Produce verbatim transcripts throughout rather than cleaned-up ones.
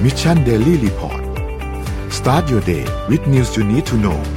Mission Daily Report Start your day with news you need to know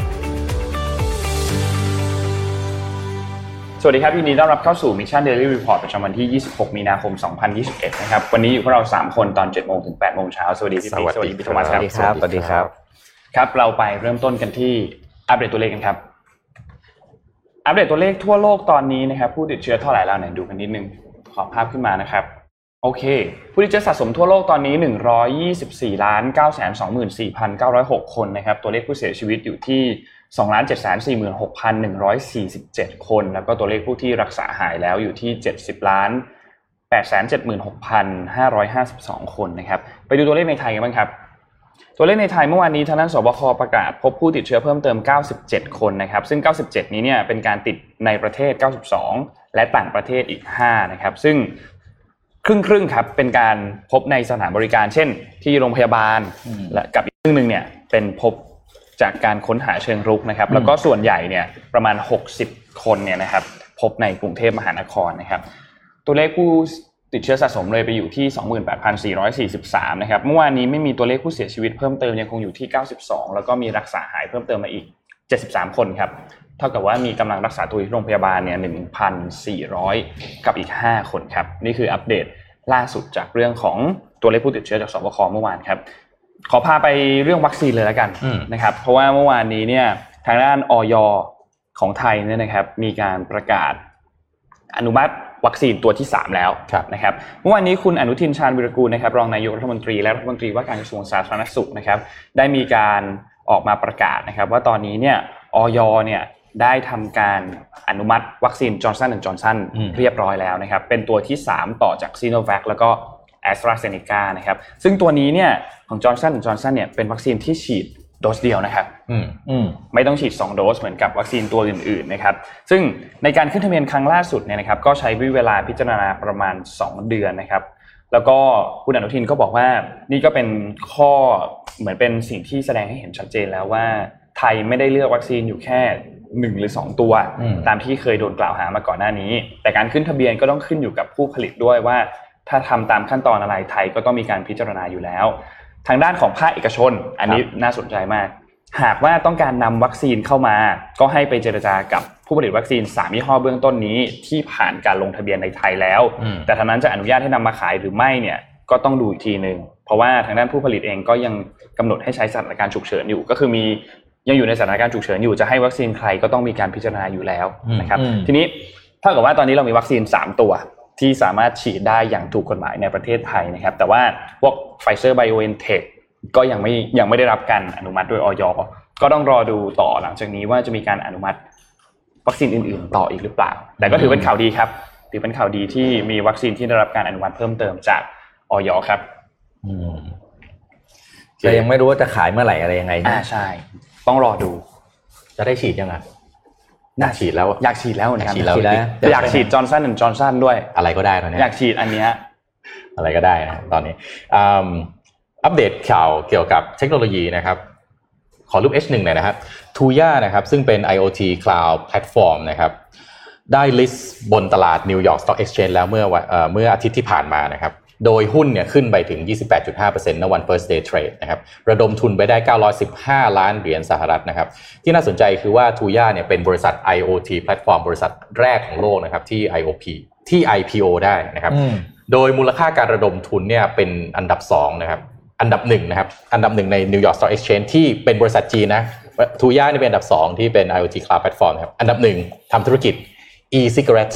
สวัสดีครับยินดีต้อนรับเข้าสู่ Mission Daily Report ประจำวันที่ยี่สิบหกมีนาคมสองพันยี่สิบเอ็ดนะครับวันนี้อยู่พวกเราสามคนตอน เจ็ดโมง ถึง แปดโมง เช้าสวัสดีพี่ปิ๊กสวัสดีพี่โทมัสครับสวัสดีครับครับเราไปเริ่มต้นกันที่อัปเดตตัวเลขกันครับอัปเดตตัวเลขทั่วโลกตอนนี้นะครับผู้ติดเชื้อเท่าไหร่แล้วไหนดูกันนิดนึงขอภาพขึ้นมานะครับโอเคผู้ติดเชื้อสะสมทั่วโลกตอนนี้หนึ่งร้อยยี่สิบสี่ล้านเก้าแสนสองหมื่นสี่พันเก้าร้อยหกคนนะครับตัวเลขผู้เสียชีวิตอยู่ที่ สองล้านเจ็ดแสนสี่หมื่นหกพันหนึ่งร้อยสี่สิบเจ็ด คนแล้วก็ตัวเลขผู้ที่รักษาหายแล้วอยู่ที่เจ็ดสิบล้านแปดแสนเจ็ดหมื่นหกพันห้าร้อยห้าสิบสองคนนะครับไปดูตัวเลขในไทยกันบ้างครับตัวเลขในไทยเมื่อวานนี้ทางด้านสบคประกาศพบผู้ติดเชื้อเพิ่มเติมเก้าสิบเจ็ดคนนะครับซึ่งเก้าสิบเจ็ดนี้เนี่ยเป็นการติดในประเทศเก้าสิบสองและต่างประเทศอีกห้านะครับซึ่งครึ่งๆครับเป็นการพบในสถานบริการเช่นที่โรงพยาบาลและกับอีกครึ่งนึงเนี่ยเป็นพบจากการค้นหาเชิงรุกนะครับแล้วก็ส่วนใหญ่เนี่ยประมาณหกสิบคนเนี่ยนะครับพบในกรุงเทพมหานครนะครับตัวเลขผู้ติดเชื้อสะสมเลยไปอยู่ที่ สองหมื่นแปดพันสี่ร้อยสี่สิบสาม นะครับเมื่อวานนี้ไม่มีตัวเลขผู้เสียชีวิตเพิ่มเติมยังคงอยู่ที่เก้าสิบสองแล้วก็มีรักษาหายเพิ่มเติมมาอีกเจ็ดสิบสามคนครับเท่ากับว่ามีกำลังรักษาตัวที่โรงพยาบาลเนี่ย หนึ่งพันสี่ร้อย กับอีกห้าคนครับนี่คืออัปเดตล่าสุดจากเรื่องของตัวเลขผู้ติดเชื้อจากสบคเมื่อวานครับขอพาไปเรื่องวัคซีนเลยแล้วกันนะครับเพราะว่าเมื่อวานนี้เนี่ยทางด้านอย.ของไทยเนี่ยนะครับมีการประกาศอนุมัติวัคซีนตัวที่สามแล้วนะครับเมื่อวานนี้คุณอนุทินชาญวิรากูลนะครับรองนายกรัฐมนตรีและรัฐมนตรีว่าการกระทรวงสาธารณสุขนะครับได้มีการออกมาประกาศนะครับว่าตอนนี้เนี่ยอย.เนี่ยได้ทำการอนุมัติวัคซีน Johnson แอนด์ Johnson เรียบร้อยแล้วนะครับเป็นตัวที่สามต่อจาก Sinovac แล้วก็ AstraZeneca นะครับซึ่งตัวนี้เนี่ยของ Johnson แอนด์ Johnson เนี่ยเป็นวัคซีนที่ฉีดโดสเดียวนะครับไม่ต้องฉีดสองโดสเหมือนกับวัคซีนตัวอื่นๆนะครับซึ่งในการขึ้นทะเบียนครั้งล่าสุดเนี่ยนะครับก็ใช้เวลาพิจารณาประมาณสองเดือนนะครับแล้วก็คุณอนุทินก็บอกว่านี่ก็เป็นข้อเหมือนเป็นสิ่งที่แสดงให้เห็นชัดเจนแล้วว่าไทยไม่ได้เลือกวัคซีนอยู่แค่หนึ่งหรือสองตัวตามที่เคยโดนกล่าวหามาก่อนหน้านี้แต่การขึ้นทะเบียนก็ต้องขึ้นอยู่กับผู้ผลิตด้วยว่าถ้าทำตามขั้นตอนอะไรไทยก็ต้องมีการพิจารณาอยู่แล้วทางด้านของภาคเอกชนอันนี้น่าสนใจมากหากว่าต้องการนำวัคซีนเข้ามาก็ให้ไปเจรจากับผู้ผลิตวัคซีนสามยี่ห้อเบื้องต้นนี้ที่ผ่านการลงทะเบียนในไทยแล้วแต่ทางนั้นจะอนุญาตให้นำมาขายหรือไม่เนี่ยก็ต้องดูอีกทีนึงเพราะว่าทางด้านผู้ผลิตเองก็ยังกำหนดให้ใช้สถานการณ์ฉุกเฉินอยู่ก็คือมียังอยู่ในสถานการณ์ฉุกเฉินอยู่จะให้วัคซีนใครก็ต้องมีการพิจารณาอยู่แล้วนะครับทีนี้เท่ากับว่าตอนนี้เรามีวัคซีนสามตัวที่สามารถฉีดได้อย่างถูกกฎหมายในประเทศไทยนะครับแต่ว่าพวก Pfizer BioNTech ก็ยังไม่ยังไม่ได้รับการอนุมัติโดยอย.ก็ต้องรอดูต่อหลังจากนี้ว่าจะมีการอนุมัติวัคซีนอื่นๆต่ออีกหรือเปล่าแต่ก็ถือเป็นข่าวดีครับถือเป็นข่าวดีที่มีวัคซีนที่ได้รับการอนุมัติเพิ่มเติมจากอย.ครับอืมแต่ยังไม่รู้ว่าจะขายเมื่อไหร่อะไรยังไงอ่าใช่ต้องรอดูจะได้ฉีดยังไงอยากฉีดแล้วอยากฉีดแล้วเหมือนกันฉีดแล้วอยากฉีด Johnson แอนด์ Johnson ด้วยอะไรก็ได้ตอนนี้อยากฉีดอันเนี้ยอะไรก็ได้นะตอนนี้อัปเดตข่าวเกี่ยวกับเทคโนโลยีนะครับขอรูป เอช หนึ่ง หน่อยนะครับ Tuya นะครับซึ่งเป็น ไอ โอ ที Cloud Platform นะครับได้ list บนตลาด New York Stock Exchange แล้วเมื่อเมื่ออาทิตย์ที่ผ่านมานะครับโดยหุ้นเนี่ยขึ้นไปถึง ยี่สิบแปดจุดห้าเปอร์เซ็นต์ ณ วัน first day trade นะครับระดมทุนไปได้เก้าร้อยสิบห้าล้านเหรียญสหรัฐนะครับที่น่าสนใจคือว่า Tuya เนี่ยเป็นบริษัท ไอ โอ ที Platform บริษัทแรกของโลกนะครับที่ ไอ โอ พี ที่ ไอ พี โอ ได้นะครับโดยมูลค่าการระดมทุนเนี่ยเป็นอันดับสองนะครับอันดับหนึ่งนะครับอันดับหนึ่งใน New York Stock Exchange ที่เป็นบริษัทจีนนะ Tuya นี่เป็นอันดับสองที่เป็น ไอ โอ ที Cloud Platform ครับอันดับหนึ่งทำธุรกิจ e-cigarettes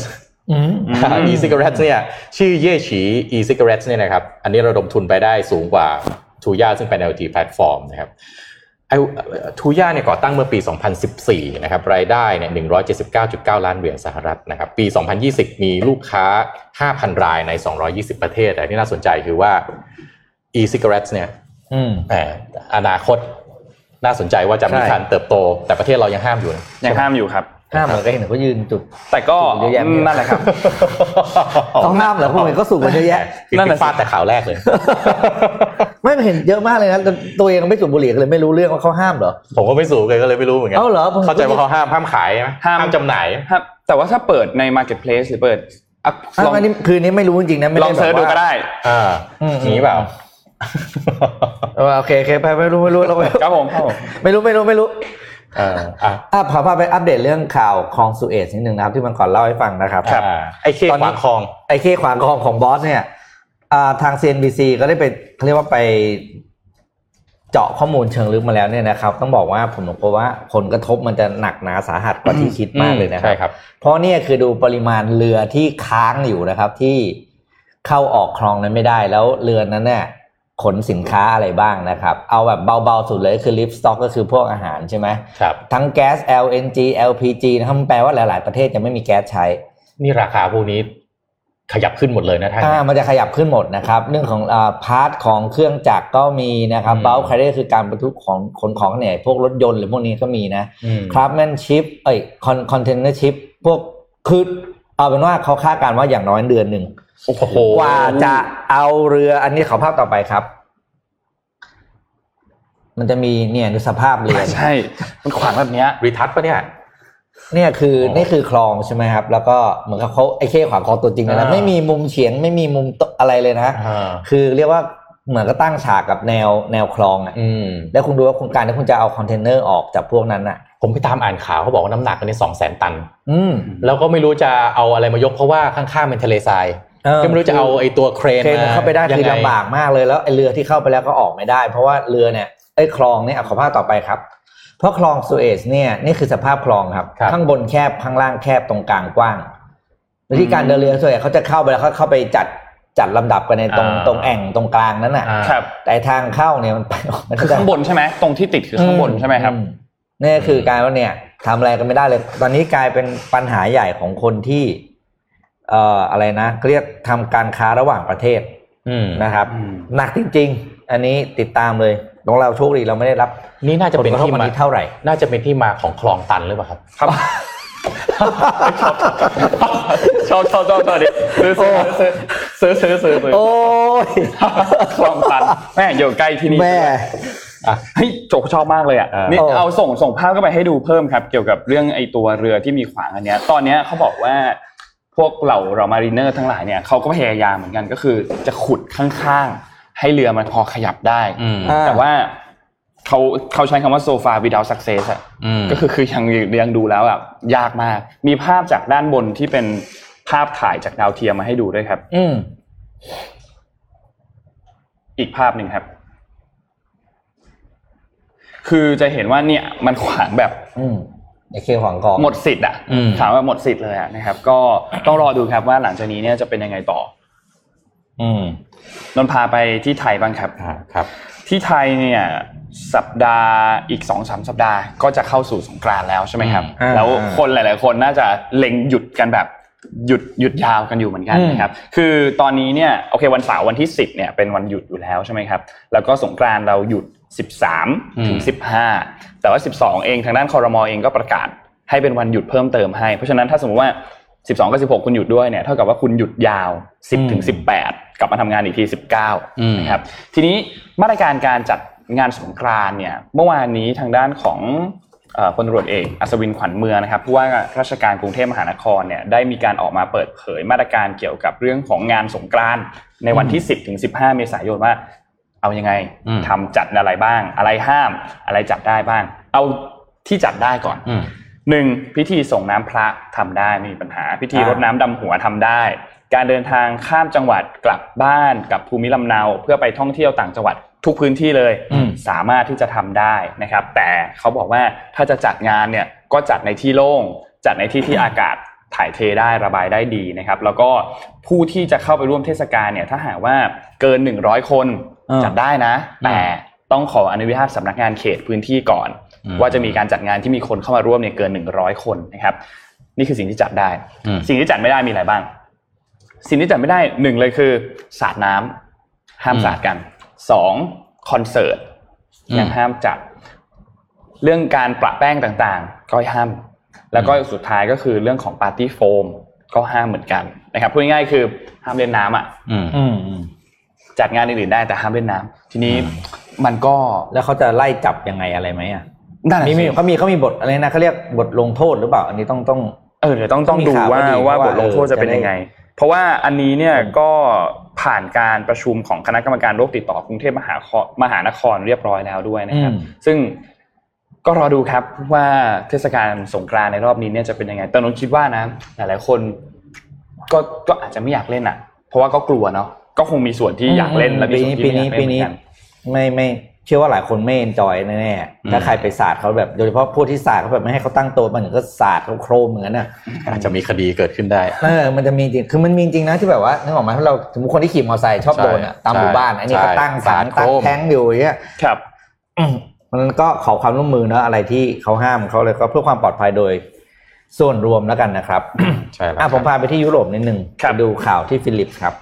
e-cigarettes เนี่ยชื่อเย่ฉี e-cigarettes เนี่ยนะครับอันนี้ระดมทุนไปได้สูงกว่า Tuya ซึ่งเป็น ไอ โอ ที Platform นะครับ Tuya เนี่ยก่อตั้งเมื่อปีสองพันสิบสี่นะครับรายได้เนี่ย หนึ่งร้อยเจ็ดสิบเก้าจุดเก้า ล้านเหรียญสหรัฐนะครับปีสองพันยี่สิบมีลูกค้า ห้าพัน รายในสองร้อยยี่สิบประเทศแต่ที่น่าสนใจคือว่า e-cigarettes เนี่ยเอ่ออนาคตน่าสนใจว่าจะมีการเติบโตแต่ประเทศเรายังห้ามอยู่ยังห้ามอยู่ครับห้ามเหมือนก็เห็นเขายืนจุดแต่ก็นั่นแหละครับต้องห้ามเหรอพวกมันก็สูงกันเยอะแยะนั่นฟาดแต่ข่าวแรกเลยไม่เห็นเยอะมากเลยนะตัวเองไม่สูบบุหรี่เลยไม่รู้เรื่องว่าเขาห้ามเหรอผมก็ไม่สูบเลยก็เลยไม่รู้เหมือนกันเข้าใจว่าเขาห้ามห้ามขายไหมห้ามจำหน่ายแต่ว่าถ้าเปิดใน marketplace หรือเปิดลองอันนี้คืนนี้ไม่รู้จริงๆนะไม่ได้ลองเสิร์ชดูก็ได้อ่าอย่างนี้เปล่าโอเคโอเคไปไม่รู้ไม่รู้เราไม่ครับผมครับผมไม่รู้ไม่รู้ไม่รู้เอ่ออ่ะอ่ะพาพาไปอัปเดตเรื่องข่าวคลองสุเอซนิดนึงนะครับที่มันก่อนเล่าให้ฟังนะครับครับไอ้เข้ขวางคลองไอ้เข้ขวางคลองของบอสเนี่ยอ่าทาง ซี เอ็น บี ซี ก็ได้ไปเรียกว่าไปเจาะข้อมูลเชิงลึกมาแล้วเนี่ยนะครับต้องบอกว่าผมบอกว่าผลกระทบมันจะหนักหนาสาหัสกว่าที่คิดมากเลยนะครับใช่ครับเพราะเนี่ยคือดูปริมาณเรือที่ค้างอยู่นะครับที่เข้าออกคลองนั้นไม่ได้แล้วเรือนั้นเนี่ยขนสินค้าอะไรบ้างนะครับเอาแบบเบาๆสุดเลยคือลิฟต์สต็อกก็คือพวกอาหารใช่ไหมครับทั้งแก๊ส แอล เอ็น จี แอล พี จี นะครับมันแปลว่าหลายๆประเทศจะไม่มีแก๊สใช้นี่ราคาพวกนี้ขยับขึ้นหมดเลยนะท่านอ่ามันจะขยับขึ้นหมดนะครับเรื่องของอ่าพาร์ทของเครื่องจักรก็มีนะครับเบลค์แคเรียร์คือการบรรทุกของขนของเนี่ยพวกรถยนต์หรือพวกนี้ก็มีนะคราฟแมนชิพเอ้ยคอนเทนเนอร์ชิพพวกคือเอาเป็นว่าเขาคาดการณ์ว่าอย่างน้อยเดือนนึงโอ้โหกว่าจะเอาเรืออันนี้ขอภาพต่อไปครับมันจะมีเนี่ยดูสภาพเรือใช่มันขวางแบบเนี้ยรีทัชปะเนี่ยเนี่ยคือนี่คือคลองใช่ไหมครับแล้วก็เหมือนกับเขาไอ้เข้ขวางคลองตัวจริงเลยนะไม่มีมุมเฉียงไม่มีมุมอะไรเลยนะคือเรียกว่าเหมือนก็ตั้งฉากกับแนวแนวคลองอ่ะแล้วคุณดูว่าโครงการที่คุณจะเอาคอนเทนเนอร์ออกจากพวกนั้นอ่ะผมไปตามอ่านข่าวเขาบอกว่าน้ำหนักกันในสองแสนตันอืมแล้วก็ไม่รู้จะเอาอะไรมายกเพราะว่าข้างๆเป็นทะเลทรายก็ไม่รู้จะเอาไอ้ตัวเครนมาเข้าไปได้คือลำบากมากเลยแล้วไอ้เรือที่เข้าไปแล้วก็ออกไม่ได้เพราะว่าเรือเนี่ยไอ้คลองเนี่ยขอภาพต่อไปครับเพราะคลองสุเอซเนี่ยนี่คือสภาพคลองครับข้างบนแคบข้างล่างแคบตรงกลางกว้างวิธีการเดินเรือส่วนใหญ่เขาจะเข้าไปแล้วเขาเข้าไปจัดจัดลำดับกันในตรงตรงแอ่งตรงกลางนั้นน่ะแต่ทางเข้าเนี่ยมันไปมันคือข้างบนใช่ไหมตรงที่ติดคือข้างบนใช่ไหมครับนี่คือการว่าเนี่ยทำอะไรกันไม่ได้เลยตอนนี้กลายเป็นปัญหาใหญ่ของคนที่เอ่ออะไรนะเรียกทำการค้าระหว่างประเทศนะครับหนักจริงๆอันนี้ติดตามเลยของเราโชคดีเราไม่ได้รับนี่น่าจะเป็นที่มาเท่าไหร่น่าจะเป็นที่มาของคลองตันหรือเปล่าครับครับชอบชอบชอบชอบดิซื้อซื้อซื้อซื้อซื้อโอ้ยคลองตันแม่อยู่ใกล้ที่นี่แม่อ่ะเฮ้ยโจกชอบมากเลยอ่ะนี่เอาส่งส่งภาพเข้าไปให้ดูเพิ่มครับเกี่ยวกับเรื่องไอ้ตัวเรือที่มีขวางอันเนี้ยตอนเนี้ยเขาบอกว่าพวกเหล่าเรามารีเนอร์ทั้งหลายเนี่ยเขาก็พยายามเหมือนกันก็คือจะขุดข้างๆให้เรือมันพอขยับได้แต่ว่าเขาเขาใช้คำว่า so far without success อ่ะก็คือคือยังยังดูแล้วอ่ะยากมากมีภาพจากด้านบนที่เป็นภาพถ่ายจากดาวเทียมมาให้ดูด้วยครับอืมอีกภาพหนึ่งครับคือจะเห็นว่าเนี่ยมันขวางแบบอืมไอ้เคขวางกองหมดสิทธิ์อ่ะถามว่าหมดสิทธิ์เลยอ่ะนะครับก็ต้องรอดูครับว่าหลังจากนี้เนี่ยจะเป็นยังไงต่ออืมนนพาไปที่ไทยบ้างครับครับที่ไทยเนี่ยสัปดาห์อีก สองถึงสาม สัปดาห์ก็จะเข้าสู่สงกรานต์แล้วใช่ไหมครับแล้วคนหลายๆคนน่าจะเล็งหยุดกันแบบหยุดหยุดยาวกันอยู่เหมือนกันนะครับคือตอนนี้เนี่ยโอเควันเสาร์วันที่สิบเนี่ยเป็นวันหยุดอยู่แล้วใช่ไหมครับแล้วก็สงกรานต์เราหยุดสิบสามถึงสิบห้าแต่ว่าสิบสองเองทางด้านครม.เองก็ประกาศให้เป็นวันหยุดเพิ่มเติมให้เพราะฉะนั้นถ้าสมมุติว่าสิบสองกับสิบหกคุณหยุดด้วยเนี่ยเท่ากับว่าคุณหยุดยาวสิบถึงสิบแปดกลับมาทำงานอีกทีสิบเก้านะครับทีนี้มาตรการการจัดงานสงกรานต์เนี่ยเมื่อวานนี้ทางด้านของเอ่อพลตำรวจเอกอัศวินขวัญเมืองนะครับผู้ว่าราชการกรุงเทพมหานครเนี่ยได้มีการออกมาเปิดเผยมาตรการเกี่ยวกับเรื่องของงานสงกรานต์ในวันที่สิบถึงสิบห้าเมษายนว่าเอายังไงทำจัดอะไรบ้างอะไรห้ามอะไรจัดได้บ้างเอาที่จัดได้ก่อนหนึ่งพิธีส่งน้ำพระทำได้ไม่มีปัญหาพิธีรดน้ำดำหัวทำได้การเดินทางข้ามจังหวัดกลับบ้านกับภูมิลำเนาเพื่อไปท่องเที่ยวต่างจังหวัดทุกพื้นที่เลยสามารถที่จะทำได้นะครับแต่เขาบอกว่าถ้าจะจัดงานเนี่ยก็จัดในที่โล่งจัดในที่ที่อากาศถ่ายเทได้ระบายได้ดีนะครับแล้วก็ผู้ที่จะเข้าไปร่วมเทศกาลเนี่ยถ้าหากว่าเกินหนึ่งร้อยคนจัดได้นะแต่ต้องขออนุญาตสำนักงานเขตพื้นที่ก่อนว่าจะมีการจัดงานที่มีคนเข้ามาร่วมเนี่ยเกินหนึ่งร้อยคนนะครับนี่คือสิ่งที่จัดได้สิ่งที่จัดไม่ได้มีอะไรบ้างสิ่งที่จัดไม่ได้หนึ่งเลยคือสาดน้ำห้ามสาดกันสองคอนเสิร์ตยังห้ามจัดเรื่องการประแป้งต่างๆก็ห้ามแล้วก็สุดท้ายก็คือเรื่องของปาร์ตี้โฟมก็ห้ามเหมือนกันนะครับพูดง่ายๆคือห้ามเล่นน้ำอ่ะจัดงานอื่นๆได้แต่ห้ามเล่นน้ำทีนี้มันก็แล้วเขาจะไล่จับยังไงอะไรไหมอ่ะมีมีเขามีเขามีบทอะไรนะเขาเรียกบทลงโทษหรือเปล่าอันนี้ต้องต้องเออเดี๋ยวต้องต้องดูว่าว่าบทลงโทษจะเป็นยังไงเพราะว่าอันนี้เนี่ยก็ผ่านการประชุมของคณะกรรมการโรคติดต่อกรุงเทพมหามหานครเรียบร้อยแล้วด้วยนะครับซึ่งก็รอดูครับว่าเทศกาลสงกรานต์ในรอบนี้เนี่ยจะเป็นยังไงแต่นนท์คิดว่านะหลายๆคนก็ก็อาจจะไม่อยากเล่นอ่ะเพราะว่าก็กลัวเนาะก็คงมีส่วนที่อยากเล่นและมีส่วนที่ไม่อยากเล่นเหมือนกันไม่ไม่เชื่อว่าหลายคนไม่เอนจอยแน่ๆถ้าใครไปสาดเขาแบบโดยเฉพาะพวกที่สาดเขาแบบไม่ให้เขาตั้งตัวมันก็สาดเขาโครมเหมือนกันน่ะอาจจะมีคดีเกิดขึ้นได้เออมันจะมีจริงคือมันมีจริงนะที่แบบว่านึกออกมั้ยเราสมมุติคนที่ขี่มอเตอร์ไซค์ชอบโดนอ่ะตามหมู่บ้านอันนี้ก็ตั้งสาดตั้งแท้งอยู่อย่างเงี้ยครับมันก็ขอความร่วมมือเนาะอะไรที่เขาห้ามเขาเลยก็เพื่อความปลอดภัยโดยส่วนรวมแล้วกันนะครับใช่อ่ะผมพาไปที่ยุโรปนิดนึงไปดูข่าวที่ฟิลิปส์ครับ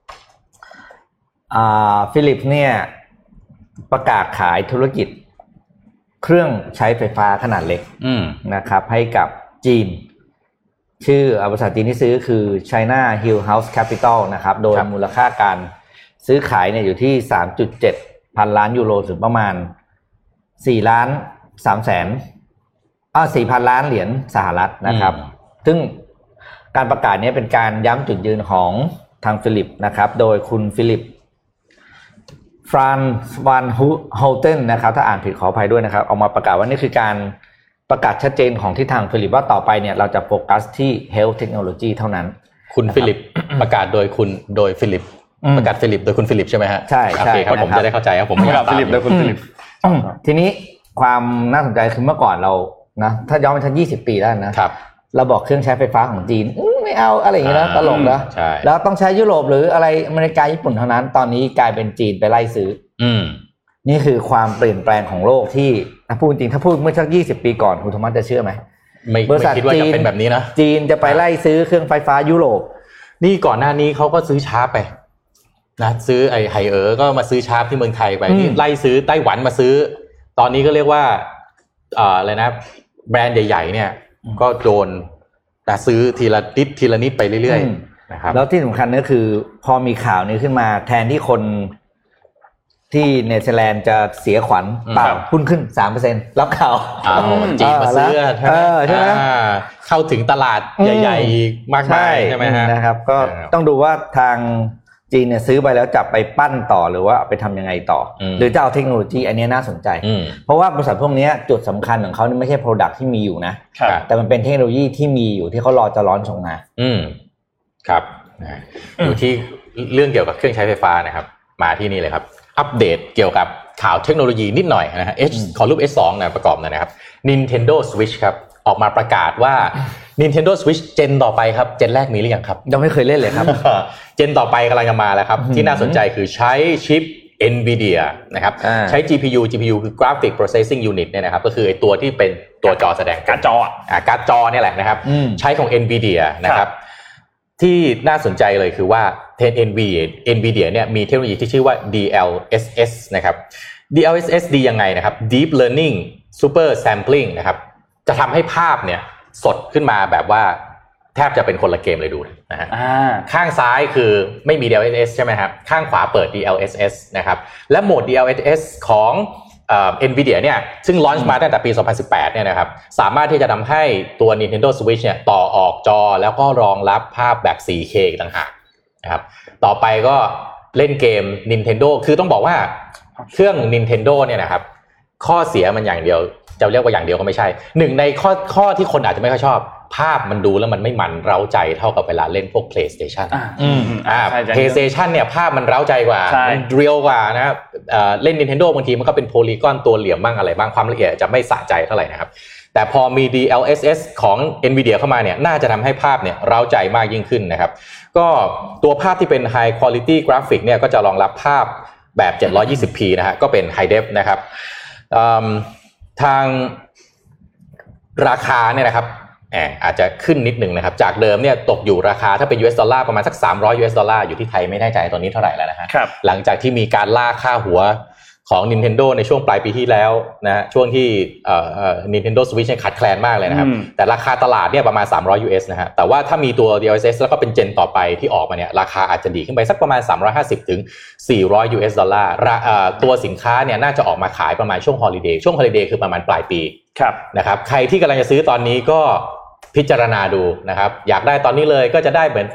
อ่าฟิลิปส์เนี่ยประกาศขายธุรกิจเครื่องใช้ไฟฟ้าขนาดเล็กนะครับให้กับจีนชื่อบริษัทจีนที่ซื้อคือ China Hill House Capital นะครับโดยมูลค่าการซื้อขายเนี่ยอยู่ที่ สามจุดเจ็ด พันล้านยูโรหรือประมาณสี่ล้านสามแสนอ่า สี่พัน ล้านเหรียญสหรัฐนะครับซึ่งการประกาศนี้เป็นการย้ำจุดยืนของทางฟิลิปนะครับโดยคุณฟิลิปฟรานซ์วันโฮลเทนนะครับถ้าอ่านผิดขออภัยด้วยนะครับออกมาประกาศว่านี่คือการประกาศชัดเจนของที่ทางฟิลิปว่าต่อไปเนี่ยเราจะโฟกัสที่ Health Technology เท่านั้นคุณฟิลิปประกาศโดยคุณโดยฟิลิปประกาศฟิลิปโดยคุณฟิลิปใช่ไหมฮะใช่โอเคครับผมจะได้เข้าใจครับผมประกาศฟิลิปโดยคุณฟิลิปทีนี้ความน่าสนใจคือเมื่อก่อนเรานะถ้าย้อนไปทันยี่สิบปีแล้วนะครับเราบอกเครื่องใช้ไฟฟ้าของจีนไม่เอาอะไรอย่างเงี้ยนะตลกนะแล้วต้องใช้ยุโรปหรืออะไรอเมริกาญี่ปุ่นเท่านั้นตอนนี้กลายเป็นจีนไปไล่ซื้ออืมนี่คือความเปลี่ยนแปลงของโลกที่ถ้าพูดจริงถ้าพูดเมื่อสักยี่สิบปีก่อนคุณธรรมะจะเชื่อไหมไม่คิดว่าจะเป็นแบบนี้นะจีนจะไปไล่ซื้อเครื่องไฟฟ้ายุโรปนี่ก่อนหน้านี้เขาก็ซื้อชาร์ปไปนะซื้อไอ้ไฮเออร์ก็มาซื้อชาร์ปที่เมืองไทยไปนี่ไล่ซื้อไต้หวันมาซื้อตอนนี้ก็เรียกว่าอ่าอะไรนะแบรนด์ใหญ่ๆเนี่ยก็โดนแต่ซื้อทีละนิดทีละนิดไปเรื่อยๆนะครับแล้วที่สำคัญก็คือพอมีข่าวนี้ขึ้นมาแทนที่คนที่เนเธอร์แลนด์จะเสียขวัญเปล่าหุ้นขึ้น สามเปอร์เซ็นต์ รับข่าวจีนมาซื้อใช่ไหมเข้าถึงตลาดใหญ่ๆมากมายใช่ไหมฮะนะครับก็ต้องดูว่าทางจีนเนี่ยซื้อไปแล้วจะไปปั้นต่อหรือว่าไปทำยังไงต่อหรือจะเอาเทคโนโลยีอันนี้น่าสนใจเพราะว่าบริษัทพวกนี้จุดสำคัญของเขานี่ไม่ใช่ product ที่มีอยู่นะแต่มันเป็นเทคโนโลยีที่มีอยู่ที่เขารอจะร้อนส่งมาอืมครับอยู่ที่เรื่องเกี่ยวกับเครื่องใช้ไฟฟ้านะครับมาที่นี่เลยครับอัปเดตเกี่ยวกับข่าวเทคโนโลยีนิดหน่อยนะฮะ H ขอรูป เอช สอง นะประกอบหน่อยนะครับ Nintendo Switch ครับออกมาประกาศว่า Nintendo Switch เจนต่อไปครับเจนแรกมีหรือยังครับยังไม่เคยเล่นเลยครับเจนต่อไปกำลังจะมาแล้วครับที่น่าสนใจคือใช้ชิป Nvidia นะครับใช้ จี พี ยู จี พี ยู คือ Graphic Processing Unit เนี่ยนะครับก็คือไอ้ตัวที่เป็นตัวจอแสดงการ์ดจออ่าการ์ดจอเนี่ยแหละนะครับใช้ของ Nvidia นะครับที่น่าสนใจเลยคือว่าเทรน Nvidia Nvidia เนี่ยมีเทคโนโลยีที่ชื่อว่า ดี แอล เอส เอส นะครับ ดี แอล เอส เอส ดียังไงนะครับ Deep Learning Super Sampling นะครับจะทำให้ภาพเนี่ยสดขึ้นมาแบบว่าแทบจะเป็นคนละเกมเลยดูนะฮะข้างซ้ายคือไม่มี ดี แอล เอส เอส ใช่ไหมครับข้างขวาเปิด ดี แอล เอส เอส นะครับและโหมด ดี แอล เอส เอส ของเอ่อ Nvidia เนี่ยซึ่งลอนช์มาตั้งแต่ปีสองพันสิบแปดเนี่ยนะครับสามารถที่จะทำให้ตัว Nintendo Switch เนี่ยต่อออกจอแล้วก็รองรับภาพแบบ โฟร์เค อีกต่างหากนะครับต่อไปก็เล่นเกม Nintendo คือต้องบอกว่าเครื่อง Nintendo เนี่ยนะครับข้อเสียมันอย่างเดียวจะเรียกว่าอย่างเดียวก็ไม่ใช่หนึ่งในข้อข้อที่คนอาจจะไม่ค่อยชอบภาพมันดูแล้วมันไม่มันเร้าใจเท่ากับเวลาเล่นพวก PlayStation อืมอ่า PlayStation เนี่ยภาพมันเร้าใจกว่ามันเรียลกว่านะเอ่อเล่น Nintendo บางทีมันก็เป็นโพลีกอนตัวเหลี่ยมบ้างอะไรบ้างความละเอียดจะไม่สะใจเท่าไหร่นะครับแต่พอมี ดี แอล เอส เอส ของ Nvidia เข้ามาเนี่ยน่าจะทำให้ภาพเนี่ยเร้าใจมากยิ่งขึ้นนะครับก็ตัวภาพที่เป็น High Quality Graphic เนี่ยก็จะรองรับภาพแบบ เจ็ดร้อยยี่สิบพี นะฮะก็เป็น High Def นะครับทางราคาเนี่ยนะครับแอบอาจจะขึ้นนิดนึงนะครับจากเดิมเนี่ยตกอยู่ราคาถ้าเป็น ยู เอส ดอลลาร์ประมาณสักสามร้อย ยู เอส ดอลลาร์อยู่ที่ไทยไม่แน่ใจตอนนี้เท่าไหร่แล้วนะฮะหลังจากที่มีการล่าค่าหัวของ Nintendo ในช่วงปลายปีที่แล้วนะฮะช่วงที่เอ่อ Nintendo Switch เนี่ยขาดแคลนมากเลยนะครับแต่ราคาตลาดเนี่ยประมาณสามร้อย ยู เอส นะฮะแต่ว่าถ้ามีตัว ดี แอล เอส เอส แล้วก็เป็นเจนต่อไปที่ออกมาเนี่ยราคาอาจจะดีขึ้นไปสักประมาณสามร้อยห้าสิบถึงสี่ร้อย ยู เอส ดอลลาร์เอ่อตัวสินค้าเนี่ยน่าจะออกมาขายประมาณช่วงฮอลิเดย์ช่วงฮอลิเดย์คือประมาณปลายปีครับนะครับใครที่กำลังจะซื้อตอนนี้ก็พิจารณาดูนะครับอยากได้ตอนนี้เลยก็จะได้เหมือนภาพ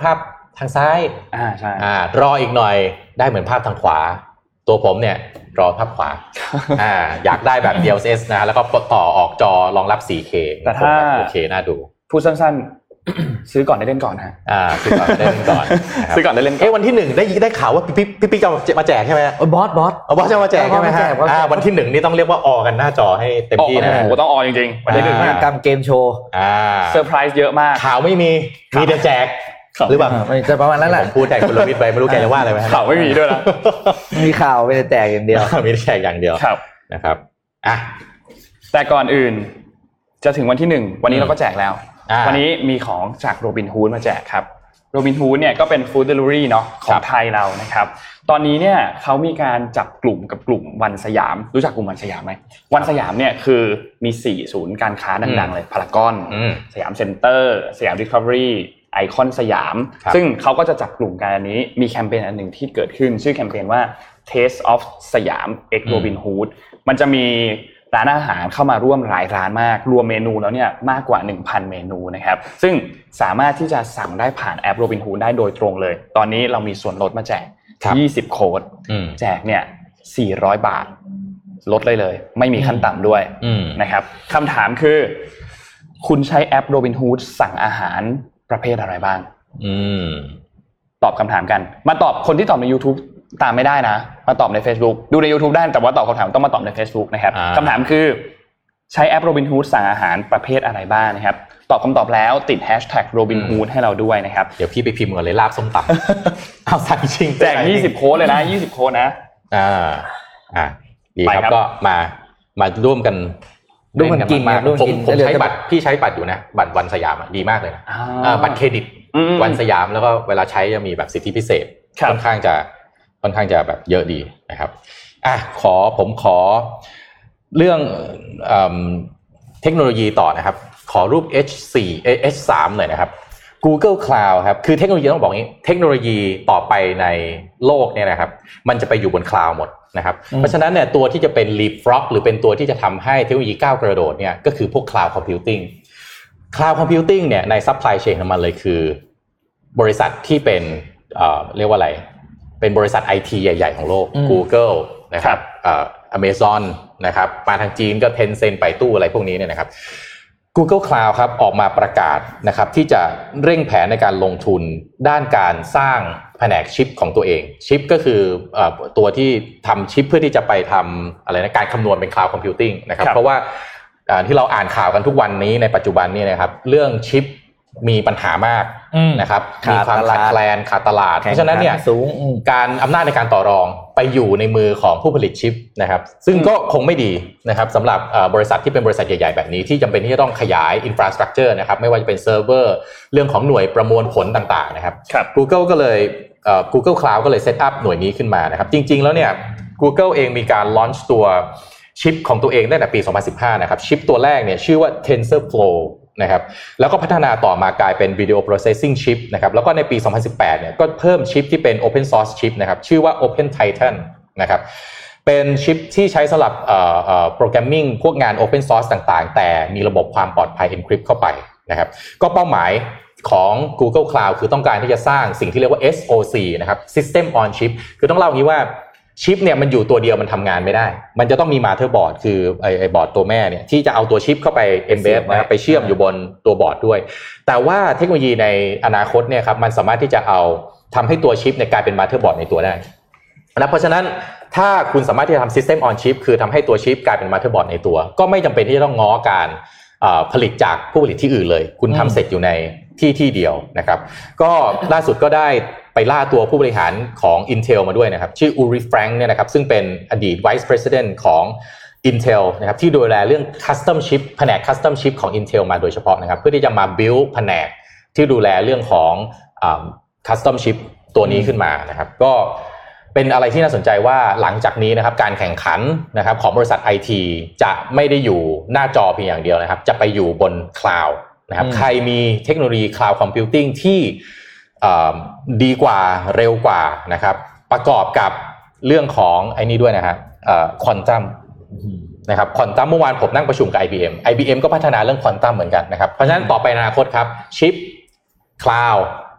ทางซ้ายอ่าใช่อ่ารออีกหน่อยได้เหมือนภาพทางขวาตัวผมเนี่ยรอภาพขวาอ่าอยากได้แบบ ดี แอล เอส นะแล้วก็ต่อออกจอรองรับ โฟร์เคแต่ถ้าโอเคน่าดูพูดสั้นๆซื้อก่อนได้เล่นก่อนฮะอ่าซื้อก่อนได้เล่นก่อนซื้อก่อนได้เล่นเอ๊ะวันที่หนึ่งได้ได้ข่าวว่าพี่พี่พี่จะมาแจกใช่ไหมเออบอสบอสบอสจะมาแจกใช่ไหมฮะอ่าวันที่หนึ่งนี่ต้องเรียกว่าออกันหน้าจอให้เต็มที่นะโอ้โหต้องออจริงๆวันที่หนึ่งกรรมเกมโชว์อ่าเซอร์ไพรส์เยอะมากข่าวไม่มีมีแต่แจกหรือเปล่าจะประมาณนั้นแหละผมพูดแต่คุณลวิทย์ไปไม่รู้แกจะว่าอะไรไหมข่าวไม่มีด้วยนะมีข่าวไม่ได้แจกอย่างเดียวมีแต่แจกอย่างเดียวนะครับอ่ะแต่ก่อนอื่นจะถึงวันที่หนึ่งวันนี้เราก็แจกแล้ววันนี้มีของจากโรบินฮูดมาแจกครับโรบินฮูดเนี่ยก็เป็นฟู้ดเดลิเวอรี่เนาะของไทยเรานะครับตอนนี้เนี่ยเขามีการจับกลุ่มกับกลุ่มวันสยามรู้จักกลุ่มวันสยามไหมวันสยามเนี่ยคือมีสี่ศูนย์การค้าดังๆเลยพารากอนสยามเซ็นเตอร์สยามดิสคัฟเวอรี่ไอคอนสยามซึ่งเขาก็จะจับกลุ่มกันอันนี้มีแคมเปญอันหนึ่งที่เกิดขึ้นชื่อแคมเปญว่า Taste of สยาม X Robin Hood มันจะมีร้านอาหารเข้ามาร่วมหลายร้านมากรวมเมนูแล้วเนี่ยมากกว่า หนึ่งพัน เมนูนะครับซึ่งสามารถที่จะสั่งได้ผ่านแอป Robin Hood ได้โดยตรงเลยตอนนี้เรามีส่วนลดมาแจกยี่สิบโค้ดแจกเนี่ยสี่ร้อยบาทลดเลยเลยไม่มีขั้นต่ำด้วยนะครับคำถามคือคุณใช้แอป Robin Hood สั่งอาหารประเภทอะไรบ้างตอบคำถามกันมาตอบคนที่ตอบใน YouTube ตามไม่ได้นะมาตอบใน Facebook ดูใน YouTube ได้แต่ว่าตอบคำถามต้องมาตอบใน Facebook นะครับคำถามคือใช้แอป Robin Hood สั่งอาหารประเภทอะไรบ้างนะครับตอบคำตอบแล้วติด แฮชแท็ก โรบินฮูด ให้เราด้วยนะครับเดี๋ยวพี่ไปพิมพ์ก่อนเลยลาบส้มตำเอาสั่งจริงแจกยี่สิบโค้ดเลยนะยี่สิบโค้ดนะอ่าอ่าดีครับก็มามาร่วมกันร่วมกันกินมาผมผมใช้บัตรพี่ใช้บัตรอยู่นะบัตรวันสยามดีมากเลยนะบัตรเครดิตวันสยามแล้วก็เวลาใช้จะมีแบบสิทธิพิเศษค่อนข้างจะค่อนข้างจะแบบเยอะดีนะครับอ่ะขอผมขอเรื่องเอ่อเทคโนโลยีต่อนะครับขอรูป เอช โฟร์ เอช ทรี หน่อยนะครับ Google Cloud ครับคือเทคโนโลยีต้องบอกงี้เทคโนโลยีต่อไปในโลกเนี่ยนะครับมันจะไปอยู่บนคลาวด์หมดนะครับเพราะฉะนั้นเนี่ยตัวที่จะเป็น leapfrog หรือเป็นตัวที่จะทำให้เทคโนโลยีก้าวกระโดดเนี่ยก็คือพวก Cloud Computing Cloud Computing เนี่ยใน supply chain ของมันเลยคือบริษัทที่เป็นเอ่อเรียกว่าอะไรเป็นบริษัท ไอ ที ใหญ่ๆของโลก Google นะครับเอ่อ Amazon นะครับมาทางจีนก็ Tencent ไปตู้อะไรพวกนี้เนี่ยนะครับ Google Cloud ครับออกมาประกาศนะครับที่จะเร่งแผนในการลงทุนด้านการสร้างแผนกชิปของตัวเองชิปก็คือเอ่อตัวที่ทำชิปเพื่อที่จะไปทำอะไรนะการคำนวณเป็น Cloud Computing นะครับเพราะว่าที่เราอ่านข่าวกันทุกวันนี้ในปัจจุบันนี่นะครับเรื่องชิปมีปัญหามากนะครับมีความขาดแคลนขาดตลาดเพราะฉะนั้นเนี่ยการอำนาจในการต่อรองไปอยู่ในมือของผู้ผลิตชิปนะครับซึ่งก็คงไม่ดีนะครับสำหรับบริษัทที่เป็นบริษัทใหญ่ๆแบบนี้ที่จำเป็นที่จะต้องขยายอินฟราสตรัคเจอร์นะครับไม่ว่าจะเป็นเซิร์ฟเวอร์เรื่องของหน่วยประมวลผลต่างๆนะครับ Google ก็เลยเอ่อ Google Cloud ก็เลยเซตอัพหน่วยนี้ขึ้นมานะครับจริงๆแล้วเนี่ย Google เองมีการลอนช์ตัวชิปของตัวเองตั้งแต่ปีสองพันสิบห้านะครับชิปตัวแรกเนี่ยชื่อว่า TensorFlowนะครับแล้วก็พัฒนาต่อมากลายเป็น Video Processing Chip นะครับแล้วก็ในปีสองพันสิบแปดเนี่ยก็เพิ่มชิปที่เป็น Open Source Chip นะครับชื่อว่า Open Titan นะครับเป็นชิปที่ใช้สำหรับเอ่อเอ่อโปรแกรมมิ่งพวกงาน Open Source ต่างๆแต่มีระบบความปลอดภัย Encrypt เข้าไปนะครับก็เป้าหมายของ Google Cloud คือต้องการที่จะสร้างสิ่งที่เรียกว่า เอส โอ ซี นะครับ System on Chip คือต้องเล่าอย่างนี้ว่าชิปเนี่ยมันอยู่ตัวเดียวมันทำงานไม่ได้มันจะต้องมีมาเธอร์บอร์ดคือไอ้ไอ้บอร์ดตัวแม่เนี่ยที่จะเอาตัวชิปเข้าไป embed นะครับไปเชื่อมอยู่บนตัวบอร์ดด้วยแต่ว่าเทคโนโลยีในอนาคตเนี่ยครับมันสามารถที่จะเอาทำให้ตัวชิปเนี่ยกลายเป็นมาเธอร์บอร์ดในตัวได้นะเพราะฉะนั้นถ้าคุณสามารถที่จะทำ System on Chip คือทำให้ตัวชิปกลายเป็นมาเธอร์บอร์ดในตัวก็ไม่จำเป็นที่จะต้องง้อการผลิตจากผู้ผลิตที่อื่นเลยคุณทำเสร็จอยู่ในที่ที่เดียวนะครับก็ล่าสุดก็ได้ไปล่าตัวผู้บริหารของ Intel มาด้วยนะครับชื่ออูริแฟรงค์เนี่ยนะครับซึ่งเป็นอดีต Vice President ของ Intel นะครับที่ดูแลเรื่อง Custom Chip แผนก Custom Chip ของ Intel มาโดยเฉพาะนะครับเพื่อที่จะมา build แผนกที่ดูแลเรื่องของอ่า Custom Chip ตัวนี้ขึ้นมานะครับก็เป็นอะไรที่น่าสนใจว่าหลังจากนี้นะครับการแข่งขันนะครับของบริษัท ไอ ที จะไม่ได้อยู่หน้าจอเพียงอย่างเดียวนะครับจะไปอยู่บน Cloud นะครับใครมีเทคโนโลยี Cloud Computing ที่ดีกว่าเร็วกว่านะครับประกอบกับเรื่องของไอ้นี่ด้วยนะฮะควอนตัมนะครับควอนตัมเมื่อวานผมนั่งประชุมกับ ไอ บี เอ็ม ไอ บี เอ็ม ก็พัฒนาเรื่องควอนตัมเหมือนกันนะครับเพราะฉะนั้นต่อไปในอนาคตครับชิปคลาวด์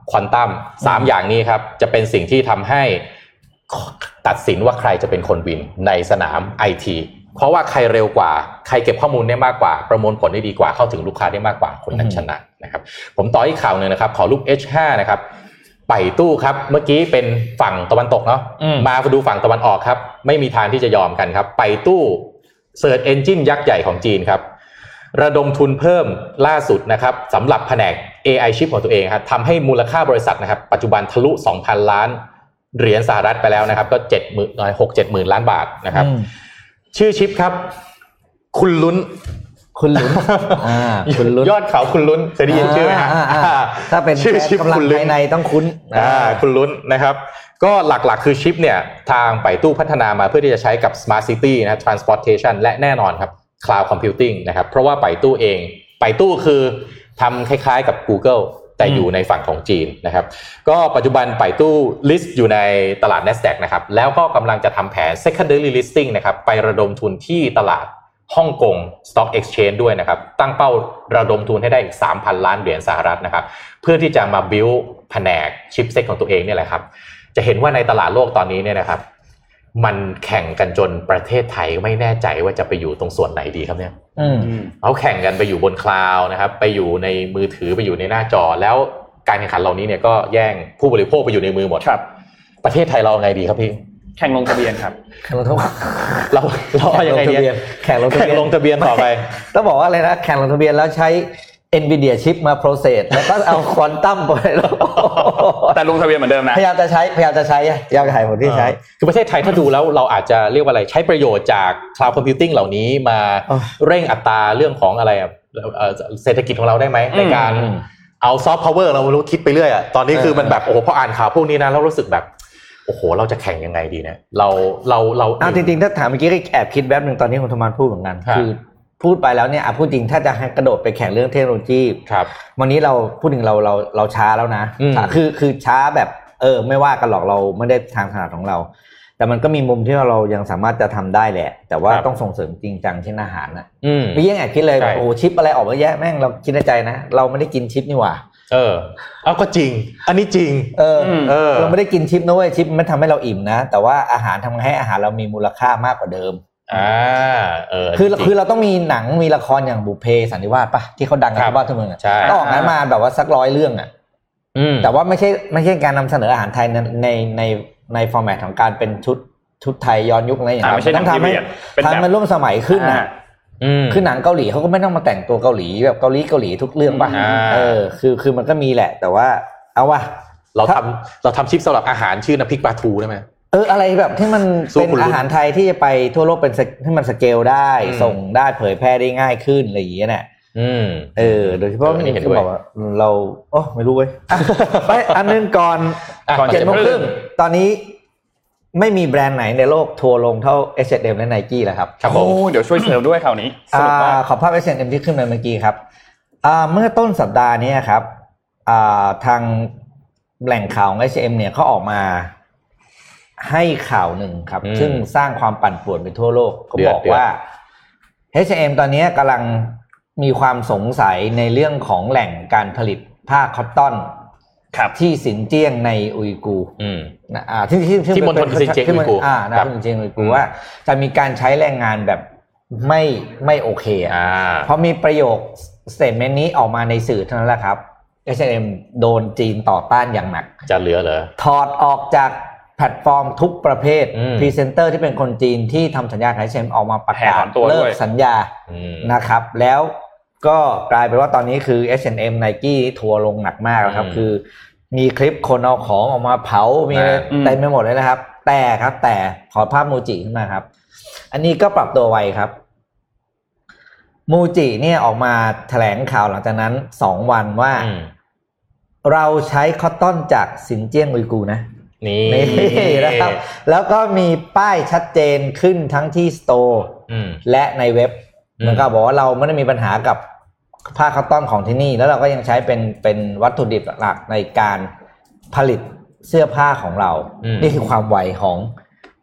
ควอนตัมสามอย่างนี้ครับจะเป็นสิ่งที่ทำให้ตัดสินว่าใครจะเป็นคนวินในสนาม ไอ ที เพราะว่าใครเร็วกว่าใครเก็บข้อมูลได้มากกว่าประมวลผลได้ดีกว่าเข้าถึงลูกค้าได้มากกว่าคนนั้นชนะนะครับผมต่ออีกข่าวนึงนะครับขอรูป เอช ห้า นะครับไปตู้ครับเมื่อกี้เป็นฝั่งตะวันตกเนาะมาดูฝั่งตะวันออกครับไม่มีทางที่จะยอมกันครับไปตู้เสิร์ชเอนจินยักษ์ใหญ่ของจีนครับระดมทุนเพิ่มล่าสุดนะครับสำหรับแผนก เอ ไอ ชิปของตัวเองครับทำให้มูลค่าบริษัทนะครับปัจจุบันทะลุ สองพัน ล้านเหรียญสหรัฐไปแล้วนะครับก็ เจ็ดหมื่น หก เจ็ดหมื่น ล้านบาทนะครับชื่อชิปครับคุณลุ้นคุณลุ้นอ่าคุณลุ้นยอดเขาคุณลุ้นเคยได้ยินชื่อไหมฮะถ้าเป็นชื่อชิปกำลังภายในต้องคุ้นอ่าคุณลุ้นนะครับก็หลักๆคือชิปเนี่ยทางไปตู้พัฒนามาเพื่อที่จะใช้กับ Smart City นะ Transportation และแน่นอนครับ Cloud Computing นะครับเพราะว่าไปตู้เองไปตู้คือทำคล้ายๆกับ Google แต่อยู่ในฝั่งของจีนนะครับก็ปัจจุบันไปตู้ list อยู่ในตลาด Nasdaq นะครับแล้วก็กำลังจะทำแผน secondary listing นะครับไประดมทุนที่ตลาดฮ่องกง Stock Exchange ด้วยนะครับตั้งเป้าระดมทุนให้ได้อีก สามพัน ล้านเหรียญสหรัฐนะครับเพื่อที่จะมา build แผนกชิปเซ็ตของตัวเองเนี่ยแหละครับจะเห็นว่าในตลาดโลกตอนนี้เนี่ยนะครับมันแข่งกันจนประเทศไทยไม่แน่ใจว่าจะไปอยู่ตรงส่วนไหนดีครับเนี่ยเอาแข่งกันไปอยู่บนคลาวด์นะครับไปอยู่ในมือถือไปอยู่ในหน้าจอแล้วการแข่งขันเหล่านี้เนี่ยก็แย่งผู้บริโภคไปอยู่ในมือหมดครับประเทศไทยเราไงดีครับพี่แข่งลงทะเบียนครับแข่งลงทะเบียนเราเราเอายังไงดีแข่งลงทะเบียนลงทะเบียนต่อไปต้องบอกว่าอะไรนะแข่งลงทะเบียนแล้วใช้ Nvidia ชิปมา process แล้วก็เอาควอนตัมไปแล้วแต่ลงทะเบียนเหมือนเดิมนะพยายามจะใช้พยายามจะใช้พยายามจะหาผลที่ใช้คือประเทศไทยถ้าดูแล้วเราอาจจะเรียกว่าอะไรใช้ประโยชน์จาก Cloud Computing เหล่านี้มาเร่งอัตราเรื่องของอะไรอ่ะเศรษฐกิจของเราได้ไหมในการเอาซอฟต์พาวเวอร์เราไม่รู้คิดไปเรื่อยอ่ะตอนนี้คือมันแบบโอ้โหพออ่านข่าวพวกนี้นะแล้วรู้สึกแบบโอ้โหเราจะแข่งยังไงดีเนี่ยเราเราเราอ่ะจริงๆถ้าถามเมื่อกี้ก็แอบคิดแป๊บนึงตอนนี้คุณธรรมพูดเหมือนกันคือพูดไปแล้วเนี่ยอ่ะพูดจริงถ้าจะให้กระโดดไปแข่งเรื่องเทคโนโลยีครับวันนี้เราพูดถึงเราเราเราช้าแล้วนะคือคือช้าแบบเออไม่ว่ากันหรอกเราไม่ได้ทางถนัดของเราแต่มันก็มีมุมที่เรายังสามารถจะทำได้แหละแต่ว่าต้องส่งเสริมจริงจังเช่นอาหารนะไม่ยังแอบคิดเลยโอ้ชิปอะไรออกมาแยะแม่งเราคิดในใจนะเราไม่ได้กินชิปนี่หว่าเออเอาก็จริงอันนี้จริงเออเออเราไม่ได้กินชิปนะเว้ยชิปมันทำให้เราอิ่มนะแต่ว่าอาหารทำให้อาหารเรามีมูลค่ามากกว่าเดิมอ่าเออคือคือเราต้องมีหนังมีละครอย่างบุพเพสันนิวาสป่ะที่เขาดังกันทั่วบ้านทั่วเมืองอ่ะต้องออกนั้นมาแบบว่าสักร้อยเรื่องอ่ะแต่ว่าไม่ใช่ไม่ใช่การนำเสนออาหารไทยในในในในฟอร์แมตของการเป็นชุดชุดไทยย้อนยุคอะไรอย่างเงี้ยต้องทำให้ทำมันร่วมสมัยขึ้นนะคือหนังเกาหลีเขาก็ไม่ต้องมาแต่งตัวเกาหลีแบบเกาหลีเกาหลีทุกเรื่องป่ะเออคือคือมันก็มีแหละแต่ว่าเอาว่ะเราทำเราทำชิปสำหรับอาหารชื่อน้ำพริกปลาทูได้ไหมเอออะไรแบบที่มันเป็นอาหารไทยที่จะไปทั่วโลกเป็นที่มันสเกลได้ส่งได้เผยแพร่ได้ง่ายขึ้นอะไรอย่างเงี้ยเนี่ยเออโดยเฉพาะนี่คือบอกว่าเราโอ้ไม่รู้เว้ยไปอันนึงก่อนก่อนเจ็ดโมงครึ่งตอนนี้ไม่มีแบรนด์ไหนในโลกทัวร์ลงเท่า เอช แอนด์ เอ็ม และ Nike แล้วครับโอ้เดี๋ยวช่วยเสริมด้วยคราวนี้อ่าขอภาพ เอช แอนด์ เอ็ม ที่ขึ้นมาเมื่อกี้ครับอ่าเมื่อต้นสัปดาห์นี้ครับอ่าทางแหล่งข่าวของ เอช แอนด์ เอ็ม เนี่ยเขาออกมาให้ข่าวหนึ่งครับซึ่งสร้างความปั่นป่วนไปทั่วโลกเขาบอกว่า เอช แอนด์ เอ็ม ตอนนี้กำลังมีความสงสัยในเรื่องของแหล่งการผลิตผ้าคอตตอนที่สินเจี้ยงในอุยกูร์นะอ่าที่ที่ที่มณฑลซินเจียงอุยกูร์อ่านะซินเจียงอุยกูร์ว่าจะมีการใช้แรงงานแบบไม่ไม่โอเคอ่าเพราะมีประโยคสเตทเมนต์นี้ออกมาในสื่อเท่านั้นแหละครับ เอช แอนด์ เอ็ม โดนจีนต่อต้านอย่างหนักจะเหลือเหรอถอดออกจากแพลตฟอร์มทุกประเภทพรีเซนเตอร์ที่เป็นคนจีนที่ทำสัญญาขาย เอช แอนด์ เอ็ม ออกมาประกาศเลิกสัญญานะครับแล้วก็กลายเป็นว่าตอนนี้คือ เอช แอนด์ เอ็ม Nike ทัวร์ลงหนักมากแล้วครับคือมีคลิปคนเอาของออกมาเผามีเต็มไปหมดเลยนะครับแต่ครับแต่ขอภาพมูจิขึ้นมาครับอันนี้ก็ปรับตัวไวครับมูจิเนี่ยออกมาแถลงข่าวหลังจากนั้นสองวันว่าเราใช้คอตตอนจากซินเจี้ยงอุยกูร์นะนี่นะครับแล้วก็มีป้ายชัดเจนขึ้นทั้งที่สโตร์และในเว็บมันก็บอกว่าเราไม่ได้มีปัญหากับผ้าคอตตอนของที่นี่แล้วเราก็ยังใช้เป็นเป็นวัตถุดิบหลักในการผลิตเสื้อผ้าของเรานี่คือความไวของ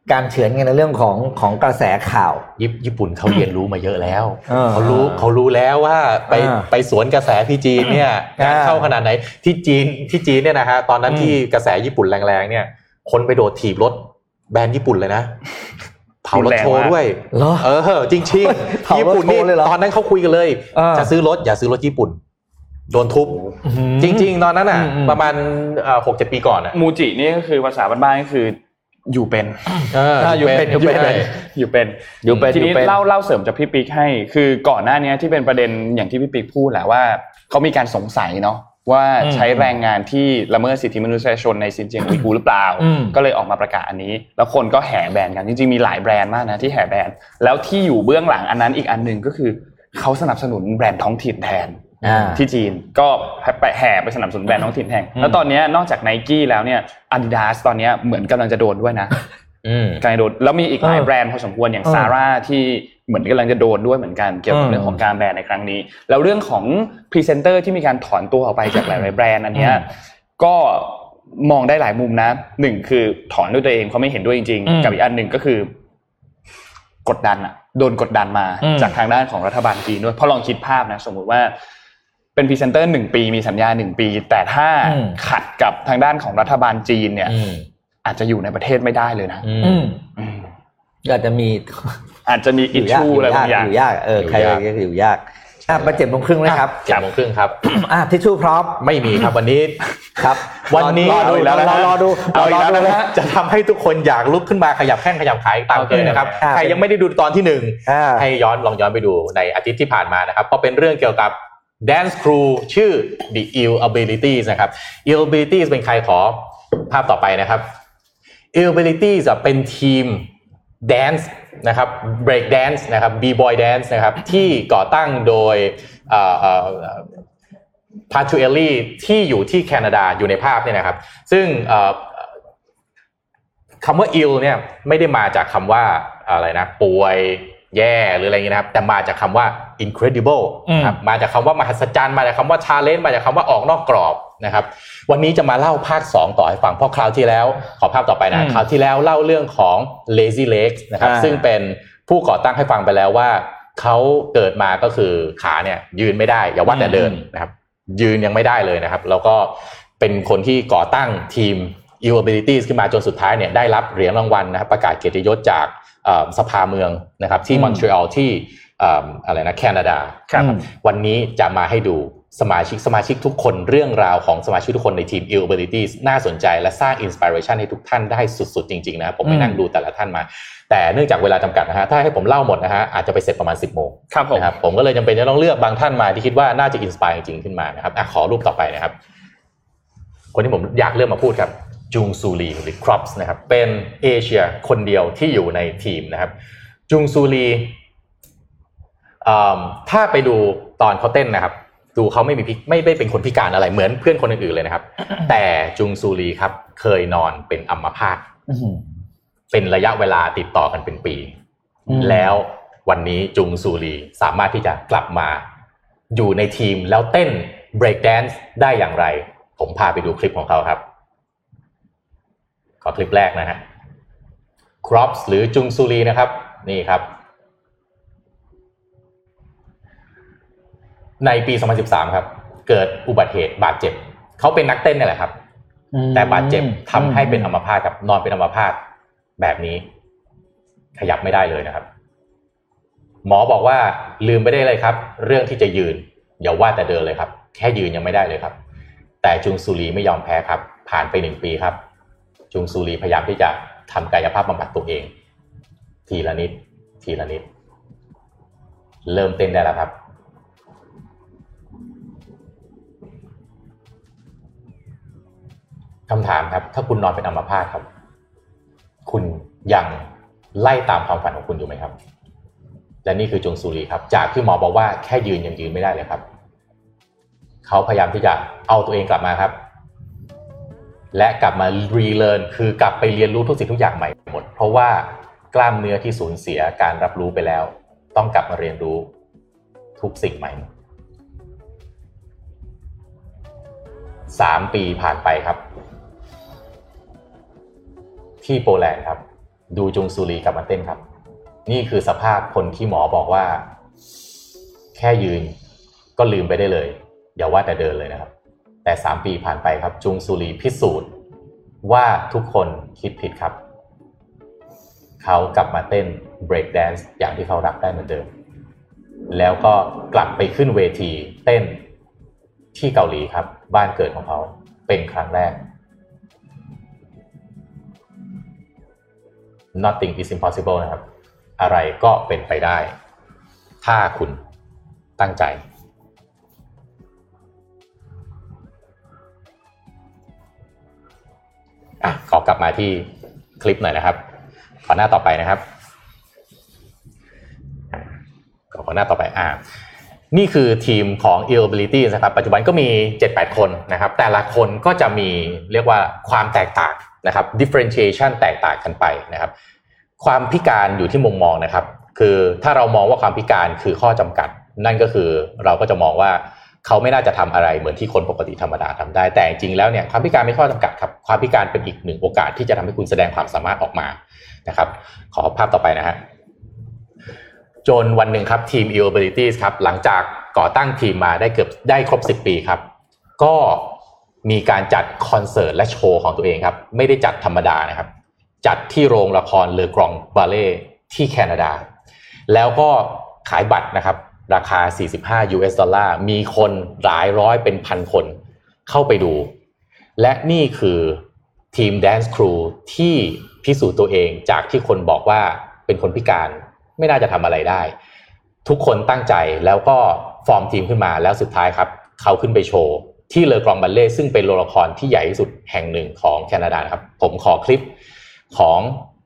การเฉือนกันในเรื่องของของกระแสข่าวญี่ปุ่นเขาเรียนรู้มาเยอะแล้วเออเขารู้เขารู้แล้วว่าไปเออไปสวนกระแสที่จีนเนี่ยงานเข้าขนาดไหนที่จีนที่จีนเนี่ยนะฮะตอนนั้นที่กระแสญี่ปุ่นแรงๆเนี่ยคนไปโดดถีบรถแบรนด์ญี่ปุ่นเลยนะเผารถโชว์ด้วยเออจริงๆญี่ปุ่นนี่ตอนนั้นเขาคุยกันเลยจะซื้อรถอย่าซื้อรถญี่ปุ่นโดนทุบจริงๆตอนนั้นอ่ะประมาณหกเจ็ดปีก่อนอ่ะมูจินี่ก็คือภาษาบ้านๆก็คืออยู่เป็นเอออยู่เป็นอยู่เป็นอยู่เป็นอยู่เป็นทีนี้เล่าเล่าเสริมจากพี่ปิ๊กให้คือก่อนหน้านี้ที่เป็นประเด็นอย่างที่พี่ปิ๊กพูดแหละว่าเขามีการสงสัยเนาะว่าใช้แรงงานที่ละเมิดสิทธิมนุษยชนในซินเจียงอุยกูร์หรือเปล่าก็เลยออกมาประกาศอันนี้แล้วคนก็แห่แบนกันจริงๆมีหลายแบรนด์มากนะที่แห่แบนแล้วที่อยู่เบื้องหลังอันนั้นอีกอันนึงก็คือเขาสนับสนุนแบรนด์ท้องถิ่นแทนที่จีนก็ไปแห่ไปสนับสนุนแบรนด์ท้องถิ่นแทนแล้วตอนนี้นอกจาก Nike แล้วเนี่ย Adidas ตอนนี้เหมือนกำลังจะโดนด้วยนะกำลังโดนแล้วมีอีกหลายแบรนด์พอสมควรอย่าง Zara ที่เหมือนกำลังจะโดนด้วยเหมือนกันเกี่ยวกับเรื่องของการแบนในครั้งนี้แล้วเรื่องของพรีเซนเตอร์ที่มีการถอนตัวออกไปจากหลายๆแบรนด์อันเนี้ยก็มองได้หลายมุมนะหนึ่งคือถอนด้วยตัวเองเขาไม่เห็นด้วยจริงๆกับอีกอันหนึ่งก็คือกดดันอะโดนกดดันมาจากทางด้านของรัฐบาลจีนด้วยเพราะลองคิดภาพนะสมมุติว่าเป็นพรีเซนเตอร์หนึ่งปีมีสัญญาหนึ่งปีแต่ถ้าขัดกับทางด้านของรัฐบาลจีนเนี่ยอาจจะอยู่ในประเทศไม่ได้เลยนะอาจจะมีอาจจะมีอิชชูอะไรบางอย่างอยู่ยากเออใครก็อยู่ยากอ่ะไปเจ็ดโมงครึ่งนะครับเจ็ดโมงครึ่งครับอ่ะทิชชู่พร้อมไม่มีครับวันนี้ครับวันนี้รอดูแล้วนะรอดูเอาอีกแล้วนะจะทำให้ทุกคนอยากลุกขึ้นมาขยับแข้งขยับขาตามเลยนะครับใครยังไม่ได้ดูตอนที่หนึ่งให้ย้อนลองย้อนไปดูในอาทิตย์ที่ผ่านมานะครับก็เป็นเรื่องเกี่ยวกับ Dance Crew ชื่อ The Ill Abilities นะครับ Ill Abilities เป็นใครขอภาพต่อไปนะครับ Ill Abilities เป็นทีม Dance นะครับ Break Dance นะครับ B-Boy Dance นะครับที่ก่อตั้งโดยเอ่อเอ่อ Patuelli ที่อยู่ที่แคนาดาอยู่ในภาพเนี่ยนะครับซึ่งเอ่อคำว่า ill เนี่ยไม่ได้มาจากคำว่าอะไรนะป่วยแย่หรืออะไรอย่างนี้นะครับแต่มาจากคำว่า incredible ครับมาจากคำว่ามหัศจรรย์มาจากคำว่า challenge มาจากคำว่าออกนอกกรอบนะครับวันนี้จะมาเล่าภาคสองต่อให้ฟังเพราะคราวที่แล้วขอภาพต่อไปนะคราวที่แล้วเล่าเรื่องของ lazy legs นะครับซึ่งเป็นผู้ก่อตั้งให้ฟังไปแล้วว่าเขาเกิดมาก็คือขาเนี่ยยืนไม่ได้อย่าว่าแต่เดินนะครับยืนยังไม่ได้เลยนะครับแล้วก็เป็นคนที่ก่อตั้งทีม Ill Abilities ขึ้นมาจนสุดท้ายเนี่ยได้รับเหรียญรางวัลนะครับประกาศเกียรติยศจากสภาเมืองนะครับที่มอนทรีออลที่อะไรนะแคนาดาครับวันนี้จะมาให้ดูสมาชิกสมาชิกทุกคนเรื่องราวของสมาชิกทุกคนในทีม Ill Abilities น่าสนใจและสร้างอินสปิเรชันให้ทุกท่านได้สุดๆจริงๆนะผมไปนั่งดูแต่ละท่านมาแต่เนื่องจากเวลาจำกัดนะฮะถ้าให้ผมเล่าหมดนะฮะอาจจะไปเสร็จประมาณสิบโมงนะครับผมก็เลยจำเป็นจะต้องเลือกบางท่านมาที่คิดว่าน่าจะอินสไปร์จริงๆขึ้นมานะครับอ่ะขอรูปต่อไปนะครับคนที่ผมอยากเลือกมาพูดครับจุงซูลีหรือครอปส์นะครับเป็นเอเชียคนเดียวที่อยู่ในทีมนะครับจุงซูลีถ้าไปดูตอนเขาเต้นนะครับดูเขาไม่มีไม่ได้เป็นคนพิการอะไรเหมือนเพื่อนคนอื่นๆเลยนะครับแต่จุงซูลีครับเคยนอนเป็นอัมพาตเป็นระยะเวลาติดต่อกันเป็นปีแล้ววันนี้จุงซูลีสามารถที่จะกลับมาอยู่ในทีมแล้วเต้น break dance ได้อย่างไรผมพาไปดูคลิปของเขาครับขอคลิปแรกนะฮะ Crops หรือจุงซูลีนะครับนี่ครับในปีสองพันสิบสามครับเกิดอุบัติเหตุบาดเจ็บเขาเป็นนักเต้นนี่แหละครับแต่บาดเจ็บทำให้เป็นอัมพาตครับนอนเป็นอัมพาตแบบนี้ขยับไม่ได้เลยนะครับหมอบอกว่าลืมไปได้เลยครับเรื่องที่จะยืนอย่าว่าแต่เดินเลยครับแค่ยืนยังไม่ได้เลยครับแต่จุงซูลีไม่ยอมแพ้ครับผ่านไปหนึ่งปีครับจุงซูลีพยายามที่จะทำกายภาพบำบัดตัวเองทีละนิดทีละนิดเริ่มเต้นได้แล้วครับคำถามครับถ้าคุณนอนเป็นอัมพาตครับคุณยังไล่ตามความฝันของคุณอยู่ไหมครับและนี่คือจุงซูลีครับจากที่หมอบอกว่าแค่ยืนยังยืนไม่ได้เลยครับเขาพยายามที่จะเอาตัวเองกลับมาครับและกลับมารีเลิร์นคือกลับไปเรียนรู้ทุกสิ่งทุกอย่างใหม่หมดเพราะว่ากล้ามเนื้อที่สูญเสียการรับรู้ไปแล้วต้องกลับมาเรียนรู้ทุกสิ่งใหม่สามปีผ่านไปครับที่โปแลนด์ครับดูจุงซูรีกลับมาเต้นครับนี่คือสภาพคนที่หมอบอกว่าแค่ยืนก็ลืมไปได้เลยอย่าว่าแต่เดินเลยนะครับแต่สามปีผ่านไปครับจุงซูรีพิสูจน์ว่าทุกคนคิดผิดครับเขากลับมาเต้น break dance อย่างที่เขารักได้เหมือนเดิมแล้วก็กลับไปขึ้นเวทีเต้นที่เกาหลีครับบ้านเกิดของเขาเป็นครั้งแรก Nothing is impossible นะครับอะไรก็เป็นไปได้ถ้าคุณตั้งใจอ่ะขอกลับมาที่คลิปหน่อยนะครับขอหน้าต่อไปนะครับขอหน้าต่อไปอ่านี่คือทีมของ e-ability นะครับปัจจุบันก็มี เจ็ดแปด คนนะครับแต่ละคนก็จะมีเรียกว่าความแตกต่างนะครับ differentiation แตกต่างกันไปนะครับความพิการอยู่ที่มุมมองนะครับคือถ้าเรามองว่าความพิการคือข้อจำกัดนั่นก็คือเราก็จะมองว่าเขาไม่น่าจะทำอะไรเหมือนที่คนปกติธรรมดาทำได้แต่จริงแล้วเนี่ยความพิการไม่ข้อจำกัดครับความพิการเป็นอีกหนึ่งโอกาสที่จะทำให้คุณแสดงความสามารถออกมานะครับขอภาพต่อไปนะฮะจนวันหนึ่งครับทีม e-abilities ครับหลังจากก่อตั้งทีมมาได้เกือบได้ครบสิบปีครับก็มีการจัดคอนเสิร์ตและโชว์ของตัวเองครับไม่ได้จัดธรรมดานะครับจัดที่โรงละครเลอกรองบาเล่ที่แคนาดาแล้วก็ขายบัตรนะครับราคาสี่สิบห้า ยู เอส ดอลลาร์มีคนหลายร้อยเป็นพันคนเข้าไปดูและนี่คือทีม Dance Crew ที่พิสูจน์ตัวเองจากที่คนบอกว่าเป็นคนพิการไม่น่าจะทำอะไรได้ทุกคนตั้งใจแล้วก็ฟอร์มทีมขึ้นมาแล้วสุดท้ายครับเขาขึ้นไปโชว์ที่เลอกรองบัลเล่ซึ่งเป็นโรงละครที่ใหญ่ที่สุดแห่งหนึ่งของแคนาดาครับผมขอคลิปของ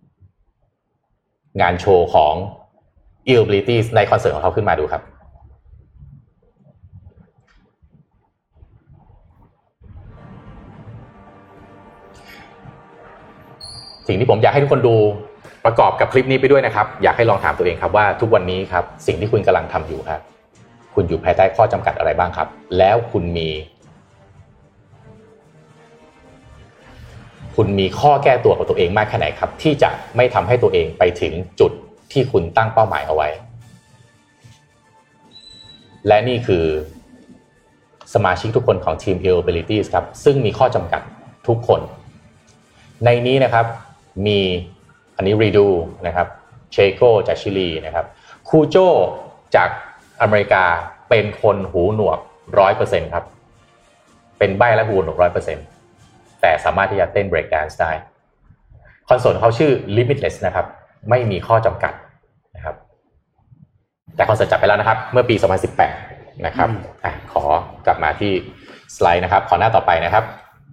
งานโชว์ของ e-abilities ในคอนเสิร์ตของเขาขึ้นมาดูครับสิ่งที่ผมอยากให้ทุกคนดูประกอบกับคลิปนี้ไปด้วยนะครับอยากให้ลองถามตัวเองครับว่าทุกวันนี้ครับสิ่งที่คุณกำลังทำอยู่ครับคุณอยู่ภายใต้ข้อจำกัดอะไรบ้างครับแล้วคุณมีคุณมีข้อแก้ตัวของตัวเองมากแค่ไหนครับที่จะไม่ทำให้ตัวเองไปถึงจุดที่คุณตั้งเป้าหมายเอาไว้และนี่คือสมาชิกทุกคนของทีม e-abilities ครับซึ่งมีข้อจำกัดทุกคนในนี้นะครับมีอันนี้รีดูนะครับเชโกจากชิลีนะครับคูโจจากอเมริกาเป็นคนหูหนวก ร้อยเปอร์เซ็นต์ ครับเป็นใบ้และหูหนวก ร้อยเปอร์เซ็นต์ แต่สามารถที่จะเต้น break dance ได้คอนเสิร์ตเขาชื่อ limitless นะครับไม่มีข้อจำกัดนะครับแต่คอนเสิร์ตจัดไปแล้วนะครับเมื่อปีสองพันสิบแปดนะครับอ่ะขอกลับมาที่สไลด์นะครับขอหน้าต่อไปนะครับ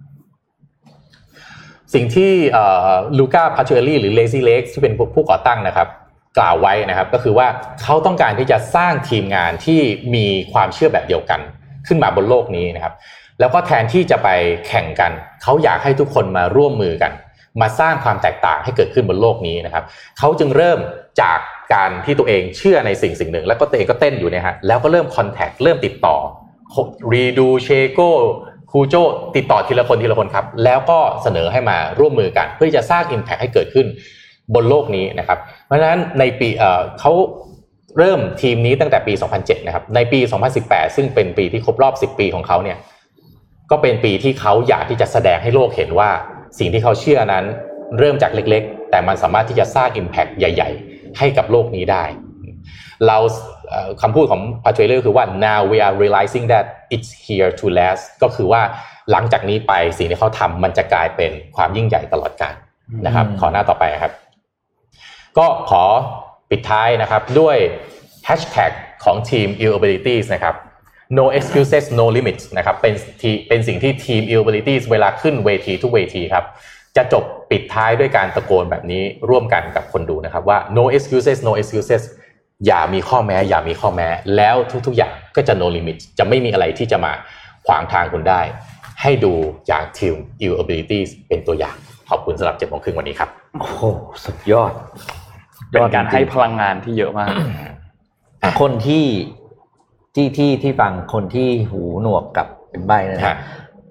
สิ่งที่ลูก้าพาชูเอลลี่หรือ Lazy Legs ที่เป็นผู้ก่อตั้งนะครับกล่าวไว้นะครับก็คือว่าเขาต้องการที่จะสร้างทีมงานที่มีความเชื่อแบบเดียวกันขึ้นมาบนโลกนี้นะครับแล้วก็แทนที่จะไปแข่งกันเขาอยากให้ทุกคนมาร่วมมือกันมาสร้างความแตกต่างให้เกิดขึ้นบนโลกนี้นะครับเขาจึงเริ่มจากการที่ตัวเองเชื่อในสิ่งสิ่งหนึ่งแล้วก็ตัวเองก็เต้นอยู่เนี่ยฮะแล้วก็เริ่มคอนแทคเริ่มติดต่อรีดูเชโกคูโจติดต่อทีละคนทีละคนครับแล้วก็เสนอให้มาร่วมมือกันเพื่อจะสร้าง impact ให้เกิดขึ้นบนโลกนี้นะครับเพราะฉะนั้นในปีเอ่อเขาเริ่มทีมนี้ตั้งแต่ปีสองพันเจ็ดนะครับในปีสองพันสิบแปดซึ่งเป็นปีที่ครบรอบสิบปีของเขาเนี่ยก็เป็นปีที่เขาอยากที่จะแสดงให้โลกเห็นว่าสิ่งที่เขาเชื่อนั้นเริ่มจากเล็กๆแต่มันสามารถที่จะสร้าง impact ใหญ่ๆให้กับโลกนี้ได้เราคำพูดของพาชูเอลลี่คือว่า now we are realizing that it's here to last ก็คือว่าหลังจากนี้ไปสิ่งที่เขาทำมันจะกลายเป็นความยิ่งใหญ่ตลอดกาลนะครับขอหน้าต่อไปครับก็ขอปิดท้ายนะครับด้วยแฮชแท็กของทีม e-abilities นะครับ no excuses no limits นะครับเป็นที่เป็นสิ่งที่ทีม e-abilities เวลาขึ้นเวทีทุกเวทีครับจะจบปิดท้ายด้วยการตะโกนแบบนี้ร่วมกันกับคนดูนะครับว่า no excuses no excusesอย่ามีข้อแม้อย่ามีข้อแม้แล้วทุกๆอย่างก็จะ no limit จะไม่มีอะไรที่จะมาขวางทางคุณได้ให้ดูจากทีม e-abilities เป็นตัวอย่างขอบคุณสำหรับเจ็ดโมงครึ่งวันนี้ครับโอ้โหสุดยอดเป็นการให้พลังงานที่เยอะมากคนที่ที่ที่ที่ฟังคนที่หูหนวกกับเป็นใบ้นะฮะ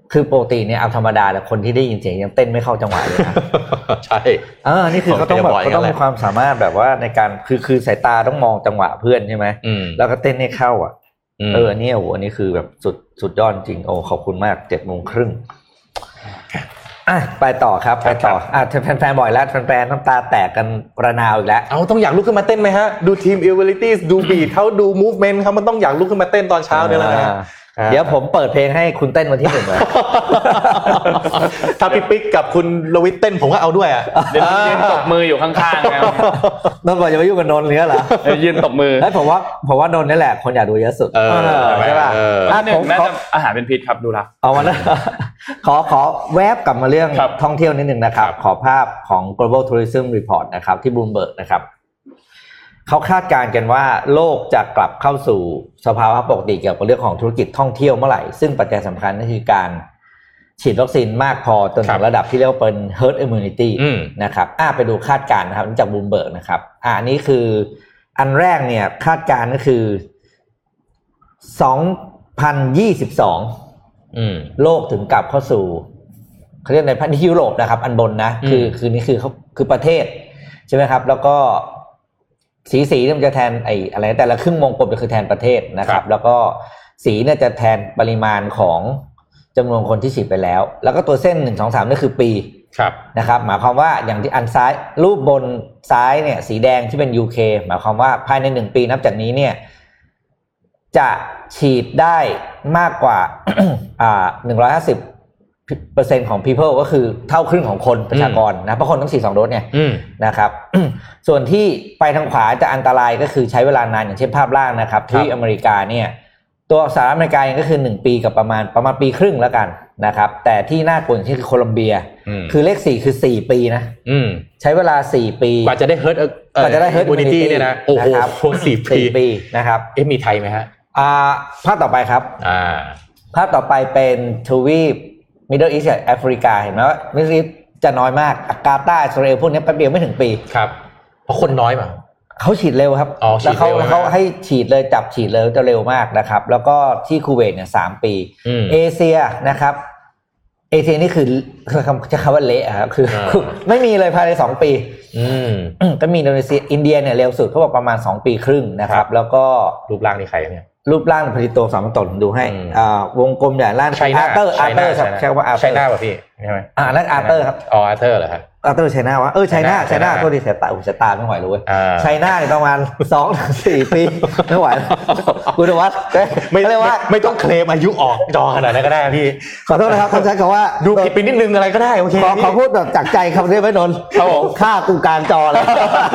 คือปกติเนี่ยเอาธรรมดาแต่คนที่ได้ยินเสียงยังเต้นไม่เข้าจังหวะเลยนะใช่เออนี่คือเขาต้องแบบเขาต้องมีความสามารถแบบว่าในการคือคือสายตาต้องมองจังหวะเพื่อนใช่ไหมแล้วก็เต้นให้เข้าอ่ะเอออันนี้โอ้โหอันนี้คือแบบสุดสุดยอดจริงโอ้ขอบคุณมากเจ็ดโมงครึ่งอ่ะไปต่อครับไปต่ออ่ะแฟนๆบ่อยแล้วแฟนๆน้ำตาแตกกันระนาวอีกแล้วเอาต้องอยากลุกขึ้นมาเต้นไหมฮะดูทีม Abilities ดูบีทเขาดู movement เขามันต้องอยากลุกขึ้นมาเต้นตอนเช้าเนี่ยแหละนะเดี๋ยวผมเปิดเพลงให้คุณเต้นวันที่หนึ่งเลยถ้าพี่ปิ๊กกับคุณโลวิทเต้นผมก็เอาด้วยอ่ะเดี๋ยวยืนตบมืออยู่ข้างๆนะนนท์บอกจะไปยุ่งกับนนท์เลยเหรอยืนตบมือแล้วผมว่าผมว่านนท์นี่แหละคนอยากดูเยอะสุดใช่ป่ะผมน่าจะอาหารเป็นพิษครับดูละเอาวันนั้นขอขอแวบกลับมาเรื่องท่องเที่ยวนิดนึงนะครับขอภาพของ Global Tourism Report นะครับที่ Bloomberg นะครับเขาคาดการณ์กันว่าโลกจะกลับเข้าสู่สภาวะปกติเกี่ยวกับเรื่องของธุรกิจท่องเที่ยวเมื่อไหร่ซึ่งปัจจัยสำคัญก็คือการฉีดวัคซีนมากพอจนถึงระดับที่เรียกว่าเป็น herd immunity นะครับอ่ะไปดูคาดการณ์นะครับจาก Bloomberg นะครับอ่ะอันนี้คืออันแรกเนี่ยคาดการณ์ก็คือสองพันยี่สิบสองอืมโลกถึงกลับเข้าสู่เขาเรียกในพันธุ์ยุโรปนะครับอันบนนะคือคือนี่คือเขาคือประเทศใช่ไหมครับแล้วก็สีสีเนี่ยมันจะแทนไอ้อะไรแต่ละครึ่งวงกลมจะคือแทนประเทศนะครับแล้วก็สีเนี่ยจะแทนปริมาณของจำนวนคนที่ฉีดไปแล้วแล้วก็ตัวเส้นหนึ่ง สอง สามนี่คือปีนะครับหมายความว่าอย่างที่อันซ้ายรูปบนซ้ายเนี่ยสีแดงที่เป็น ยู เค หมายความว่าภายในหนึ่งปีนับจากนี้เนี่ยจะฉีดได้มากกว่า อ่าหนึ่งร้อยห้าสิบเปอร์เซ็นต์ของ people ก็คือเท่าครึ่งของคนประชากรนะเพราะคนต้องฉีดสองโดสเนี่ยนะครับส่วนที่ไปทางขวาจะอันตรายก็คือใช้เวลานานอย่างเช่นภาพล่างนะครับที่อเมริกาเนี่ยตัวสหรัฐอเมริกาก็คือหนึ่งปีกับประมาณประมาณปีครึ่งแล้วกันนะครับแต่ที่น่ากลัวที่คือโคลอมเบียคือเลขสี่คือสี่ปีนะใช้เวลาสี่ปีกว่าจะได้ herd กว่าจะได้ herd immunity เนี่ยนะโอ้โหสี่ปีนะครับเอ๊ะมีไทยมั้ยฮะอ่าภาพต่อไปครับอ่าภาพต่อไปเป็นทวีปMiddle East แอฟริกาเห็นไหมว่า Middle East จะน้อยมากกาตาร์อิสราเอลพวกนี้แป๊บเดียวไม่ถึงปีครับเพราะคนน้อยป่ะเขาฉีดเร็วครับแล้วเขาเขาให้ฉีดเลยจับฉีดเลยจะเร็วมากนะครับแล้วก็ที่คูเวตเนี่ยสามปีเอเชียนะครับเอเชียนี่คือจะคำว่าเละครับคือไม่มีเลยภายในสองปีก็มีอินโดนีเซียอินเดียเนี่ยเร็วสุดเขาบอกประมาณสองปีครึ่งนะครับแล้วก็รูปร่างนี่ใครเนี่ยรูปร่างผลิตโตสามต้นดูให้อ่าวงกลมใหญ่ล่างอาร์เตอร์อาร์เตอร์ใช่ว่าอาร์เตอร์ไชน่าป่ะพี่ใช่มั้ยอ่านั่นอาร์เตอร์ครับอ๋ออาร์เตอร์เหรอครับอาร์เตอร์ไชน่าวะเออไชน่าไชน่าโทษทีสายตาอุยสายตาไม่ไหวเลยเว้ยไชน่าเนี่ยประมาณ สองถึงสี่ ปีไม่ไหวคุณนวัดไม่เรียกว่าไม่ต้องเคลมอายุออกจอขนาดนั้นก็ได้พี่ขอโทษนะครับท่านใช้คำว่าดูผิดไปนิดนึงอะไรก็ได้โอเคขอขอพูดแบบจากใจคำนี้ไว้นนท์ครับผมฆ่ากูกลางจอแล้ว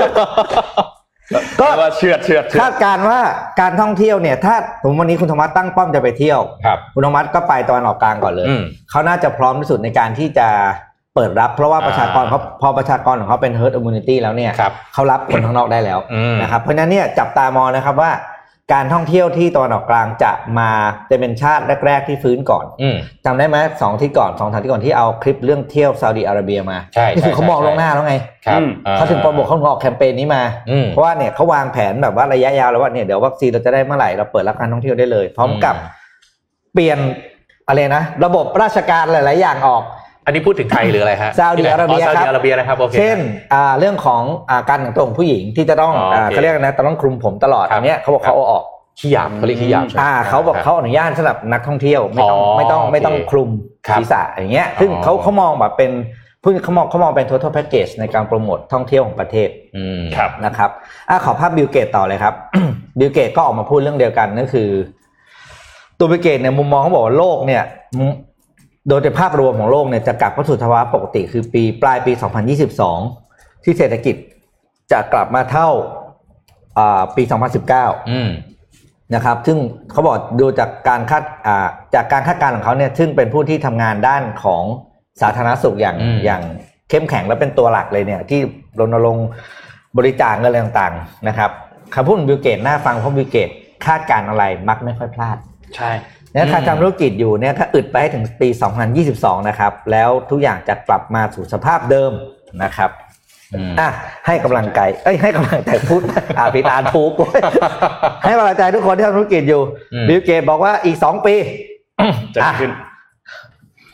ก็เชื่อเชื่อคาดการณ์ว่าการท่องเที่ยวเนี่ยถ้าผมวันนี้คุณธรรมะตั้งป้อมจะไปเที่ยวคุณธรรมะก็ไปตะวันออกกลางก่อนเลยเขาน่าจะพร้อมที่สุดในการที่จะเปิดรับเพราะว่าประชากรเขาพอประชากรของเขาเป็น herd immunity แล้วเนี่ยเขารับคนข้างนอกได้แล้วนะครับเพราะฉะนั้นเนี่ยจับตามองนะครับว่าการท่องเที่ยวที่ตะวันออกกลางจะมาจะเป็นชาติแรกๆที่ฟื้นก่อนจำได้ไหมสองที่ก่อนสองทางที่ก่อนที่เอาคลิปเรื่องเที่ยวซาอุดิอาระเบียมานี่คือเขามองล่วงหน้าแล้วไงเขาถึงโปรโมทเขาออกแคมเปญนี้มาเพราะว่าเนี่ยเขาวางแผนแบบว่าระยะยาวแล้วว่าเนี่ยเดี๋ยววัคซีนเราจะได้เมื่อไหร่เราเปิดรับการท่องเที่ยวได้เลยพร้อมกับเปลี่ยนอะไรนะระบบราชการหลายๆอย่างออกอันนี้พูดถึงไทยหรืออะไรฮะซาอุดิอาระเบียครับซาอุดิอาระเบียนะครับโอเคเช่นอ่าเรื่องของอ่าการแต่งตัวของผู้หญิงที่จะต้องอ่าเขาเรียกนะต้องคลุมผมตลอดอันเนี้ยเขาบอกเขาเอาออกขี้ยามเขาเรียกขี้ยามอ่าเขาบอกเขาอนุญาตสำหรับนักท่องเที่ยวไม่ต้องไม่ต้องไม่ต้องคลุมศีรษะอย่างเงี้ยซึ่งเขาเขามองแบบเป็นพูดเขามองเขามองเป็น total package ในการโปรโมทท่องเที่ยวของประเทศนะครับอ่าขอภาพบิลเกตต่อเลยครับ บิลเกตก็ออกมาพูดเรื่องเดียวกันนั่นคือตัวบิลเกตเนี่ยมุมมองเขาบอกว่าโลกเนี่ยโดยในภาพรวมของโลกเนี่ยจะกลับเข้าสู่ภาวะปกติคือปีปลายปีสองพันยี่สิบสองที่เศรษฐกิจจะกลับมาเท่าอ่าปีสองพันสิบเก้าอืมนะครับซึ่งเขาบอกดูจากการคาดอ่าจากการคาดการณ์ของเขาเนี่ยซึ่งเป็นผู้ที่ทำงานด้านของสาธารณสุขอย่างอย่างเข้มแข็งและเป็นตัวหลักเลยเนี่ยที่รณรงค์บริจาคอะไรต่างๆนะครับคำพูดของบิลเกตน่าฟังเพราะบิลเกตคาดการณ์อะไรมักไม่ค่อยพลาดใช่เนี่ยถ้าทำธุรกิจอยู่เนี่ยถ้าอึดไปให้ถึงปีสองพันยี่สิบสองนะครับแล้วทุกอย่างจะกลับมาสู่สภาพเดิมนะครับอ่ะให้กำลังใจเอ้ยให้กำลังใจพูดอ่ะพี่ตาทุกให้กำลังใจทุกคนที่ทำธุรกิจอยู่บิลเกตบอกว่าอีกสองปีจะขึ้น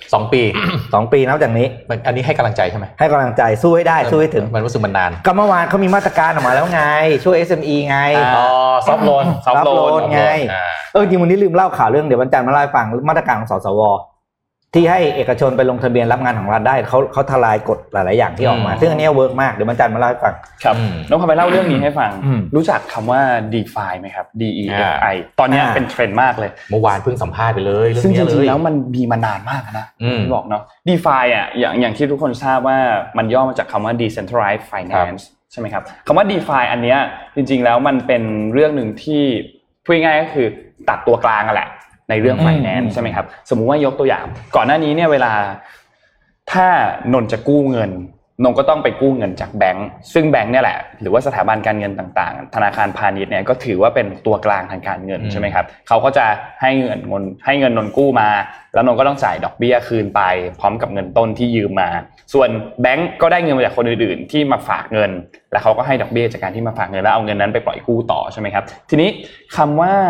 สองปีสองปีนับจากนี้อันนี้ให้กำลังใจใช่ไหมให้กำลังใจสู้ให้ได้สู้ให้ถึงมันรู้สึกมันนานก็เมื่อวานเขามีมาตรการออกมาแล้วไงช่วย เอส เอ็ม อี ไงอ๋อซอฟต์โลนซอฟต์โลนไงเออจริงวันนี้ลืมเล่าข่าวเรื่องเดี๋ยววันจันทร์มาเล่าให้ฟังมาตรการของสสวที่ให้เอกชนไปลงทะเบียนรับงานของรัฐได้เขาเขาทลายกฎหลายๆอย่างที่ออกมาซึ่งอันนี้เวิร์กมากเดี๋ยววันจันทร์มาเล่าให้ฟังครับน้องพาไปเล่าเรื่องนี้ให้ฟังรู้จักคำว่า DeFi ไหมครับ D E F I ตอนนี้เป็นเทรนด์มากเลยเมื่อวานเพิ่งสัมภาษณ์ไปเลยเรื่องนี้เลยซึ่งจริงๆแล้วมันมีมานานมากนะที่บอกเนาะ DeFi อ่ะอย่างอย่างที่ทุกคนทราบว่ามันย่อมาจากคำว่า Decentralized Finance ใช่ไหมครับคำว่า DeFi อันเนี้ยจริงๆแล้วมันเป็นเรื่องนึงที่พูดง่ายๆก็คือตัดตัวกลางอ่ะแหละในเรื่อง finance ใช่ไหมครับสมมุติว่ายกตัวอย่างก่อนหน้านี้เนี่ยเวลาถ้านนจะกู้เงินนนก็ต้องไปกู้เงินจากแบงก์ซึ่งแบงก์เนี่ยแหละหรือว่าสถาบันการเงินต่างๆธนาคารพาณิชย์เนี่ยก็ถือว่าเป็นตัวกลางทางการเงินใช่ไหมครับเขาก็จะให้เงินนนให้เงินนนกู้มาแล้วนนก็ต้องจ่ายดอกเบี้ยคืนไปพร้อมกับเงินต้นที่ยืมมาส่วนแบงก์ก็ได้เงินมาจากคนอื่นๆที่มาฝากเงินแล้วเขาก็ให้ดอกเบี้ยจากการที่มาฝากเงินแล้วเอาเงินนั้นไปปล่อยกู้ต่อใช่ไหมครับทีนี้คำว่า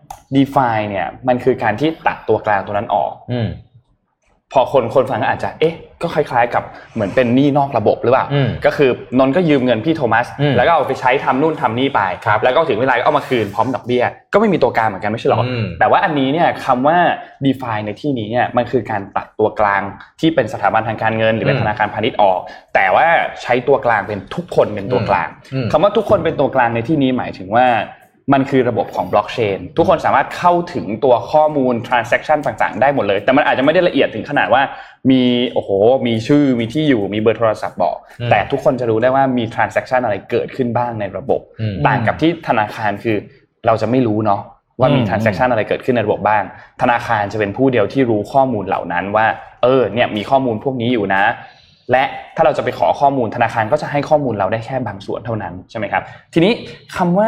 DeFi เนี่ยมันคือการที่ตัดตัวกลางตัวนั้นออกอืมพอคนคนฟังก็อาจจะเอ๊ะก็คล้ายๆกับเหมือนเป็นหนี้นอกระบบหรือเปล่าก็คือนนก็ยืมเงินพี่โทมัสแล้วก็เอาไปใช้ทำนู่นทำนี่ไปแล้วก็ถึงเวลาก็เอามาคืนพร้อมดอกเบี้ยก็ไม่มีตัวกลางเหมือนกันไม่ใช่หรอแต่ว่าอันนี้เนี่ยคำว่า DeFi ในที่นี้เนี่ยมันคือการตัดตัวกลางที่เป็นสถาบันทางการเงินหรือเป็นธนาคารพาณิชย์ออกแต่ว่าใช้ตัวกลางเป็นทุกคนเป็นตัวกลางคำว่าทุกคนเป็นตัวกลางในที่นี้หมายถึงว่ามันคือระบบของบล็อกเชนทุกคนสามารถเข้าถึงตัวข้อมูล transaction ต่างๆได้หมดเลยแต่มันอาจจะไม่ได้ละเอียดถึงขนาดว่ามีโอ้โหมีชื่อมีที่อยู่มีเบอร์โทรศัพท์บอกแต่ทุกคนจะรู้ได้ว่ามี transaction อะไรเกิดขึ้นบ้างในระบบต่างกับที่ธนาคารคือเราจะไม่รู้เนาะว่ามี transaction อะไรเกิดขึ้นในระบบบ้างธนาคารจะเป็นผู้เดียวที่รู้ข้อมูลเหล่านั้นว่าเออเนี่ยมีข้อมูลพวกนี้อยู่นะและถ้าเราจะไปขอข้อมูลธนาคารก็จะให้ข้อมูลเราได้แค่บางส่วนเท่านั้นใช่ไหมครับทีนี้คำว่า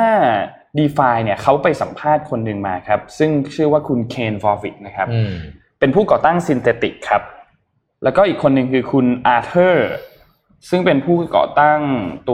DeFi เนี่ยเขาไปสัมภาษณ์คนหนึ่งมาครับซึ่งชื่อว่าคุณเคนฟอร์วิกนะครับเป็นผู้ก่อตั้ง Synthetic ครับแล้วก็อีกคนหนึ่งคือคุณอาร์เธอร์ซึ่งเป็นผู้ก่อตั้งตัว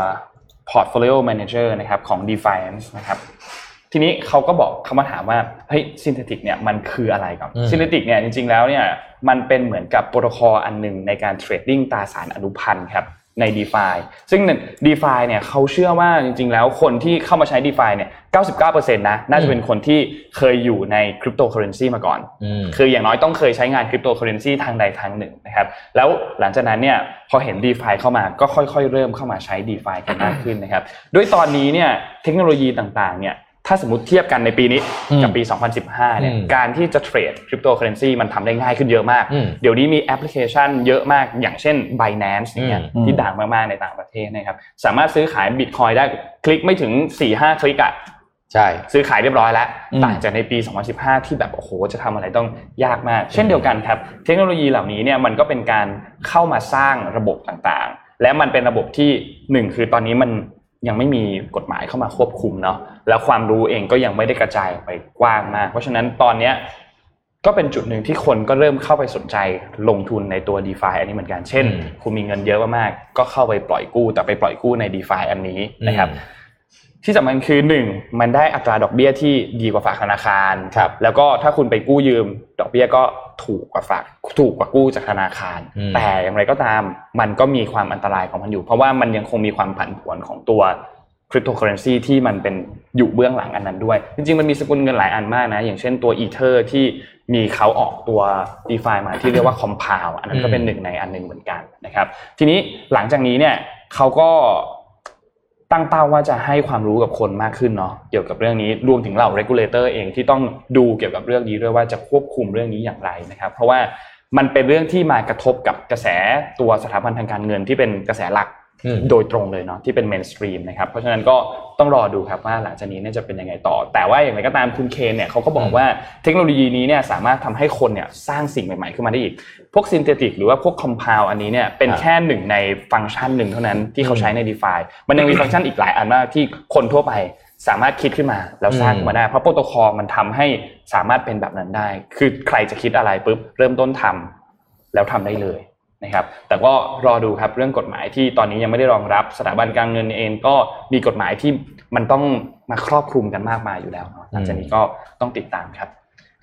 Portfolio Manager นะครับของ Defiance นะครับทีนี้เขาก็บอกเขามาถามว่าเฮ้ย Synthetic เนี่ยมันคืออะไรครับ Synthetic เนี่ยจริงๆแล้วเนี่ยมันเป็นเหมือนกับโปรโตคอลอันนึงในการเทรดดิ้งตราสารอนุพันธ์ครับใน DeFi ซึ่ง DeFi เนี่ยเขาเชื่อว่าจริงๆแล้วคนที่เข้ามาใช้ DeFi เนี่ย เก้าสิบเก้าเปอร์เซ็นต์ นะน่าจะเป็นคนที่เคยอยู่ในคริปโตเคอเรนซีมาก่อนคืออย่างน้อยต้องเคยใช้งานคริปโตเคอเรนซีทางใดทางหนึ่งนะครับแล้วหลังจากนั้นเนี่ยพอเห็น DeFi เข้ามาก็ค่อยๆเริ่มเข้ามาใช้ DeFi กันมากขึ้นนะครับด้วยตอนนี้เนี่ยเทคโนโลยีต่างๆเนี่ยถ้าสมมุติเทียบกันในปีนี้กับปีสองพันสิบห้าเนี่ยการที่จะเทรดคริปโตเคอเรนซีมันทำได้ง่ายขึ้นเยอะมากเดี๋ยวนี้มีแอปพลิเคชันเยอะมากอย่างเช่น Binance เนี่ยที่ดังมากๆในต่างประเทศนะครับสามารถซื้อขาย Bitcoin ได้คลิกไม่ถึง สี่ห้า คลิกอ่ะใช่ซื้อขายเรียบร้อยแล้วต่างจากในปีสองพันสิบห้าที่แบบโอ้โหจะทำอะไรต้องยากมากเช่นเดียวกันครับเทคโนโลยีเหล่านี้เนี่ยมันก็เป็นการเข้ามาสร้างระบบต่างๆและมันเป็นระบบที่หนึ่งคือตอนนี้มันยังไม่มีกฎหมายเข้ามาควบคุมเนาะแล้วความรู้เองก็ยังไม่ได้กระจายไปกว้างมากเพราะฉะนั้นตอนนี้ก็เป็นจุดหนึ่งที่คนก็เริ่มเข้าไปสนใจลงทุนในตัว DeFi อันนี้เหมือนกันเช่นคุณมีเงินเยอะมากๆก็เข้าไปปล่อยกู้แต่ไปปล่อยกู้ใน DeFi อันนี้นะครับที่สำคัญคือหนึ่งมันได้อัตราดอกเบี้ยที่ดีกว่าฝากธนาคารแล้วก็ถ้าคุณไปกู้ยืมดอกเบี้ยก็ถูกกว่าฝากถูกกว่ากู้จากธนาคารแต่อย่างไรก็ตามมันก็มีความอันตรายของมันอยู่เพราะว่ามันยังคงมีความผันผวนของตัวคริปโตเคอเรนซีที่มันเป็นอยู่เบื้องหลังอันนั้นด้วยจริงๆมันมีสกุลเงินหลายอันมากนะอย่างเช่นตัว Ether ที่มีเขาออกตัว DeFi มาที่เรียกว่า Compound อันนั้นก็เป็นหนึ่งในอันนึงเหมือนกันนะครับทีนี้หลังจากนี้เนี่ยเขาก็ตั้งเป้าว่าจะให้ความรู้กับคนมากขึ้นเนาะเกี่ยวกับเรื่องนี้รวมถึงเหล่า regulator เองที่ต้องดูเกี่ยวกับเรื่องนี้ด้วยว่าจะควบคุมเรื่องนี้อย่างไรนะครับเพราะว่ามันเป็นเรื่องที่มากระทบกับกระแสตัวสถาบันทางการเงินที่เป็นกระแสหลักโดยตรงเลยเนาะที่เป็นเมนสตรีมนะครับเพราะฉะนั้นก็ต้องรอดูครับว่าหลังจากนี้เนี่ยจะเป็นยังไงต่อแต่ว่าอย่างไรก็ตามคุณเคนเนี่ยเขาก็บอกว่าเทคโนโลยีนี้เนี่ยสามารถทำให้คนเนี่ยสร้างสิ่งใหม่ๆขึ้นมาได้อีกพวกซินเทติกหรือว่าพวกคอมพาวอันนี้เนี่ยเป็นแค่หนึ่งในฟังก์ชันหนึ่งเท่านั้นที่เขาใช้ใน DeFi มันยังมีฟังก์ชันอีกหลายอันมากที่คนทั่วไปสามารถคิดขึ้นมาแล้วสร้างขึ้นมาได้เพราะโปรโตคอลมันทำให้สามารถเป็นแบบนั้นได้คือใครจะคิดอะไรปุ๊บเริ่มต้นทำแล้วทำได้เลยนะครับแต่ก็รอดูครับเรื่องกฎหมายที่ตอนนี้ยังไม่ได้รองรับสถาบันการเงินเองก็มีกฎหมายที่มันต้องมาครอบคลุมกันมากมายอยู่แล้วเนาะหลังจากนี้ก็ต้องติดตามครับ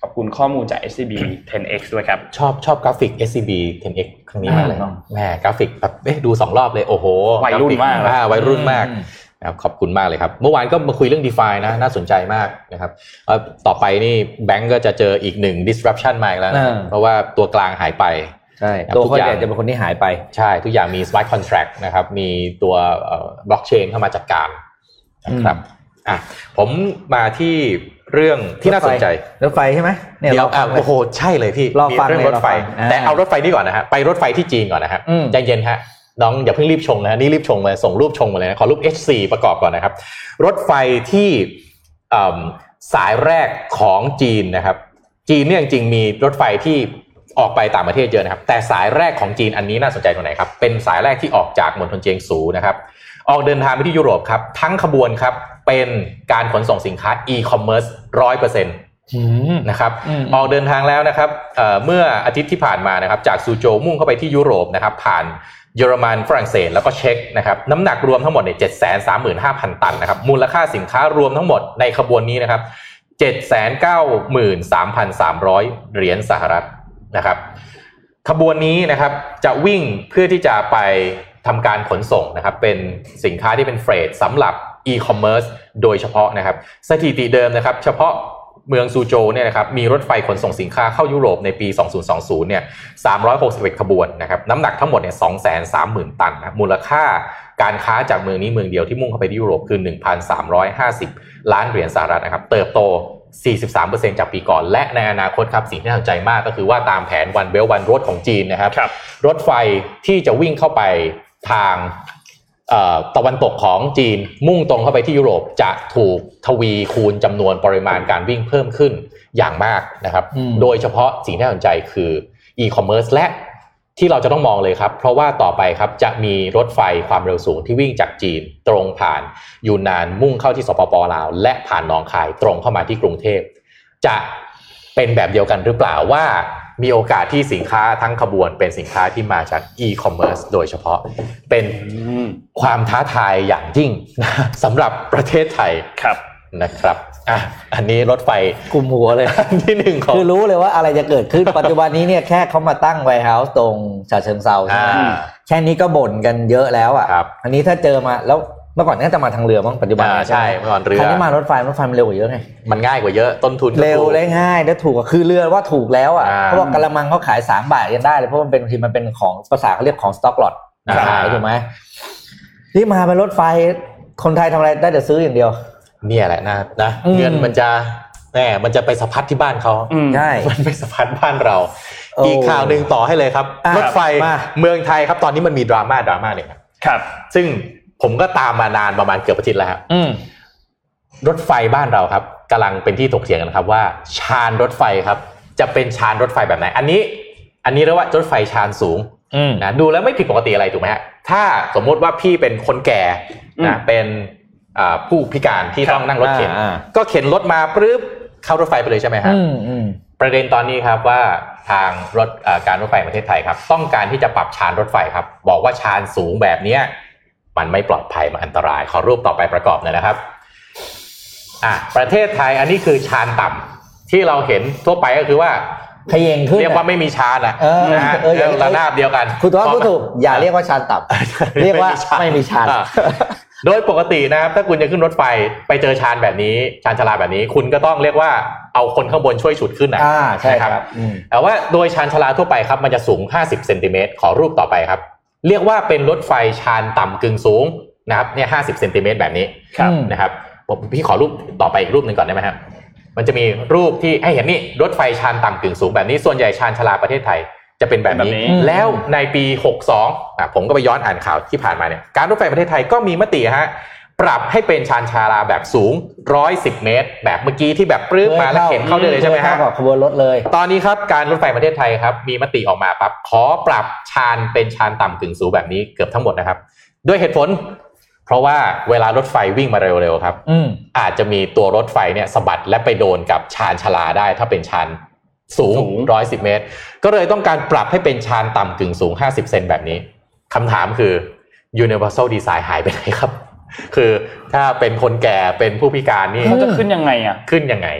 ขอบคุณข้อมูลจาก เอส ซี บี เท็น เอ็กซ์ ด้วยครับชอบชอบกราฟิก เอส ซี บี เท็น เอ็กซ์ ครั้งนี้มากเลยแหมกราฟิกแบบเอ๊ะดูสองรอบเลยโอ้โหวัยรุ่นมากอ่าวัยรุ่นมากนะครับขอบคุณมากเลยครับเมื่อวานก็มาคุยเรื่อง DeFi นะน่าสนใจมากนะครับเอ่อต่อไปนี่แบงก์ก็จะเจออีกหนึ่ง disruption มาอีกแล้วเพราะว่าตัวกลางหายไปใช่ตัวคนใหญ่จะเป็นคนที่หายไปใช่ทุกอย่างมี smart contract นะครับมีตัวเอ่อ blockchain เข้ามาจัดการนะครับอ่ะผมมาที่เรื่องที่น่าสนใจรถไฟใช่ไหมเนี่ยเราโอ้โหใช่เลยพี่มีเรื่องรถไฟแต่เอารถไฟนี่ก่อนนะฮะไปรถไฟที่จีนก่อนนะฮะใจเย็นฮะน้องอย่าเพิ่งรีบชงนะนี่รีบชงมาส่งรูปชงมาเลยนะขอรูป เอช โฟร์ ประกอบก่อนนะครับรถไฟที่สายแรกของจีนนะครับจีนเนี่ยจริงๆมีรถไฟที่ออกไปต่างประเทศเยอะนะครับแต่สายแรกของจีนอันนี้น่าสนใจตรงไหนครับเป็นสายแรกที่ออกจากมณฑลเจียงซูนะครับออกเดินทางไปที่ยุโรปครับทั้งขบวนครับเป็นการขนส่งสินค้า e-commerce หนึ่งร้อยเปอร์เซ็นต์ นะครับออกเดินทางแล้วนะครับ เอ่อ เมื่ออาทิตย์ที่ผ่านมานะครับจากซูโจวมุ่งเข้าไปที่ยุโรปนะครับผ่านเยอรมันฝรั่งเศสแล้วก็เช็กนะครับน้ำหนักรวมทั้งหมดเนี่ย เจ็ดแสนสามหมื่นห้าพัน ตันนะครับมูลค่าสินค้ารวมทั้งหมดในขบวนนี้นะครับ เจ็ดแสนเก้าหมื่นสามพันสามร้อย เหรียญสหรัฐนะครับขบวนนี้นะครับจะวิ่งเพื่อที่จะไปทำการขนส่งนะครับเป็นสินค้าที่เป็นเฟรทสำหรับ e-commerce โดยเฉพาะนะครับสถิติเดิมนะครับเฉพาะเมืองซูโจวเนี่ยนะครับมีรถไฟขนส่งสินค้าเข้ายุโรปในปีสองพันยี่สิบเนี่ยสามร้อยหกสิบเอ็ดขบวนนะครับน้ำหนักทั้งหมดเนี่ย สองแสนสามหมื่น ตันนะมูลค่าการค้าจากเมืองนี้เมืองเดียวที่มุ่งเข้าไปที่ยุโรปคือ หนึ่งพันสามร้อยห้าสิบ ล้านเหรียญสหรัฐนะครับเติบโต สี่สิบสามเปอร์เซ็นต์ จากปีก่อนและในอนาคตครับสิ่งที่น่าสนใจมากก็คือว่าตามแผน One Belt One Road ของจีนนะครับรถไฟที่จะวิ่งเข้าไปทางตะวันตกของจีนมุ่งตรงเข้าไปที่ยุโรปจะถูกทวีคูณจำนวนปริมาณการวิ่งเพิ่มขึ้นอย่างมากนะครับโดยเฉพาะสิ่งที่น่าสนใจคือ e-commerce และที่เราจะต้องมองเลยครับเพราะว่าต่อไปครับจะมีรถไฟความเร็วสูงที่วิ่งจากจีนตรงผ่านยูนนานมุ่งเข้าที่สปป.ลาวและผ่านหนองคายตรงเข้ามาที่กรุงเทพจะเป็นแบบเดียวกันหรือเปล่าว่ามีโอกาสที่สินค้าทั้งขบวนเป็นสินค้าที่มาจาก e-commerce โดยเฉพาะเป็นความท้าทายอย่างยิ่งสำหรับประเทศไทยครับนะครับอ่ะอันนี้รถไฟกุมหัวเลยที่หนึ่งของคือรู้เลยว่าอะไรจะเกิดขึ้น ปัจจุบันนี้เนี่ยแค่เขามาตั้งไวท์เฮาส์ตรงฉะเชิงเทราใช่ไหมแค่นี้ก็บ่นกันเยอะแล้วอ่ะอันนี้ถ้าเจอมาแล้วเมื่อก่อนน่าจะมาทางเรือมั้งปัจจุบันใช่เมื่อก่อนเรือคราวนี้มารถไฟรถไฟมันเร็วกว่าเยอะไงมันง่ายกว่าเยอะต้นทุนเร็วและง่ายและถูกคือเรือว่าถูกแล้วอ่ะเพราะว่ากะละมังเขาขายสามบาทยังได้เลยเพราะมันเป็นทีมันเป็นของภาษาเขาเรียกของสต็อกล็อตขายถูกไหมนี่มาเป็นรถไฟคนไทยทำอะไรได้แต่ซื้ออย่างเดียวเนี่ยแหละนะนะเงินมันจะแหมมันจะไปสะพัดที่บ้านเขาใช่มันไปสะพัดบ้านเราอีกข่าวนึงต่อให้เลยครับรถไฟเมืองไทยครับตอนนี้มันมีดราม่าดราม่าเนี่ยครับซึ่งผมก็ตามมานานประมาณเกือบอาทิตย์แล้วครับรถไฟบ้านเราครับกำลังเป็นที่ถกเถียงกันครับว่าชานรถไฟครับจะเป็นชานรถไฟแบบไหนอันนี้อันนี้เรียกว่ารถไฟชานสูงนะดูแล้วไม่ผิดปกติอะไรถูกไหมฮะถ้าสมมติว่าพี่เป็นคนแก่นะเป็นผู้พิการที่ต้องนั่งรถเข็นก็เข็นรถมาปึ๊บเข้ารถไฟไปเลยใช่ไหมฮะประเด็นตอนนี้ครับว่าทางรถการรถไฟประเทศไทยครับต้องการที่จะปรับชานรถไฟครับบอกว่าชานสูงแบบนี้มันไม่ปลอดภัยมันอันตรายขอรูปต่อไปประกอบหน่อยนะครับอ่ะประเทศไทยอันนี้คือชานต่ำที่เราเห็นทั่วไปก็คือว่าขยิงขึ้นเรียกว่าไม่มีชานอ่ะนะฮะระนาบเดียวกันคุณตัวพูดถูกอย่าเรียกว่าชานต่ำเรียกว่าไม่มีชานโดยปกตินะครับถ้าคุณจะขึ้นรถไฟไปเจอชานแบบนี้ชานชลาแบบนี้คุณก็ต้องเรียกว่าเอาคนข้างบนช่วยฉุดขึ้นนะอ่าใช่ครับแต่ว่าโดยชานชลาทั่วไปครับมันจะสูงห้าสิบเซนติเมตรขอรูปต่อไปครับเรียกว่าเป็นรถไฟชานต่ำกึ่งสูงนะครับเนี่ยห้าสิบเซนติเมตรแบบนี้นะครับผมพี่ขอรูปต่อไปอีกรูปหนึ่งก่อนได้ไหมครับมันจะมีรูปที่ให้เห็นนี่รถไฟชานต่ำกึ่งสูงแบบนี้ส่วนใหญ่ชานชลาประเทศไทยจะเป็นแบบนี้แล้วในปีหกสิบสองอ่ะผมก็ไปย้อนอ่านข่าวที่ผ่านมาเนี่ยการรถไฟประเทศไทยก็มีมติฮะปรับให้เป็นชานชาลาแบบสูงหนึ่งร้อยสิบเมตรแบบเมื่อกี้ที่แบบปลื้มมาแล้วเข็นเข้าได้เลยใช่ไหมฮะขบวนรถเลยตอนนี้ครับการรถไฟประเทศไทยครับมีมติออกมาปั๊บขอปรับชานเป็นชานต่ำกึ่งสูงแบบนี้เกือบทั้งหมดนะครับด้วยเหตุผลเพราะว่าเวลารถไฟวิ่งมาเร็วๆครับอาจจะมีตัวรถไฟเนี่ยสะบัดและไปโดนกับชานชาลาได้ถ้าเป็นชานสูงหนึ่งร้อยสิบเมตรก็เลยต้องการปรับให้เป็นชานต่ำกึ่งสูงห้าสิบเซนแบบนี้คำถามคือ Universal Design หายไปไหนครับคือถ้าเป็นคนแก่เป็นผู้พิการนี่เขาจะขึ้นยังไงอ่ะขึ้นยังไง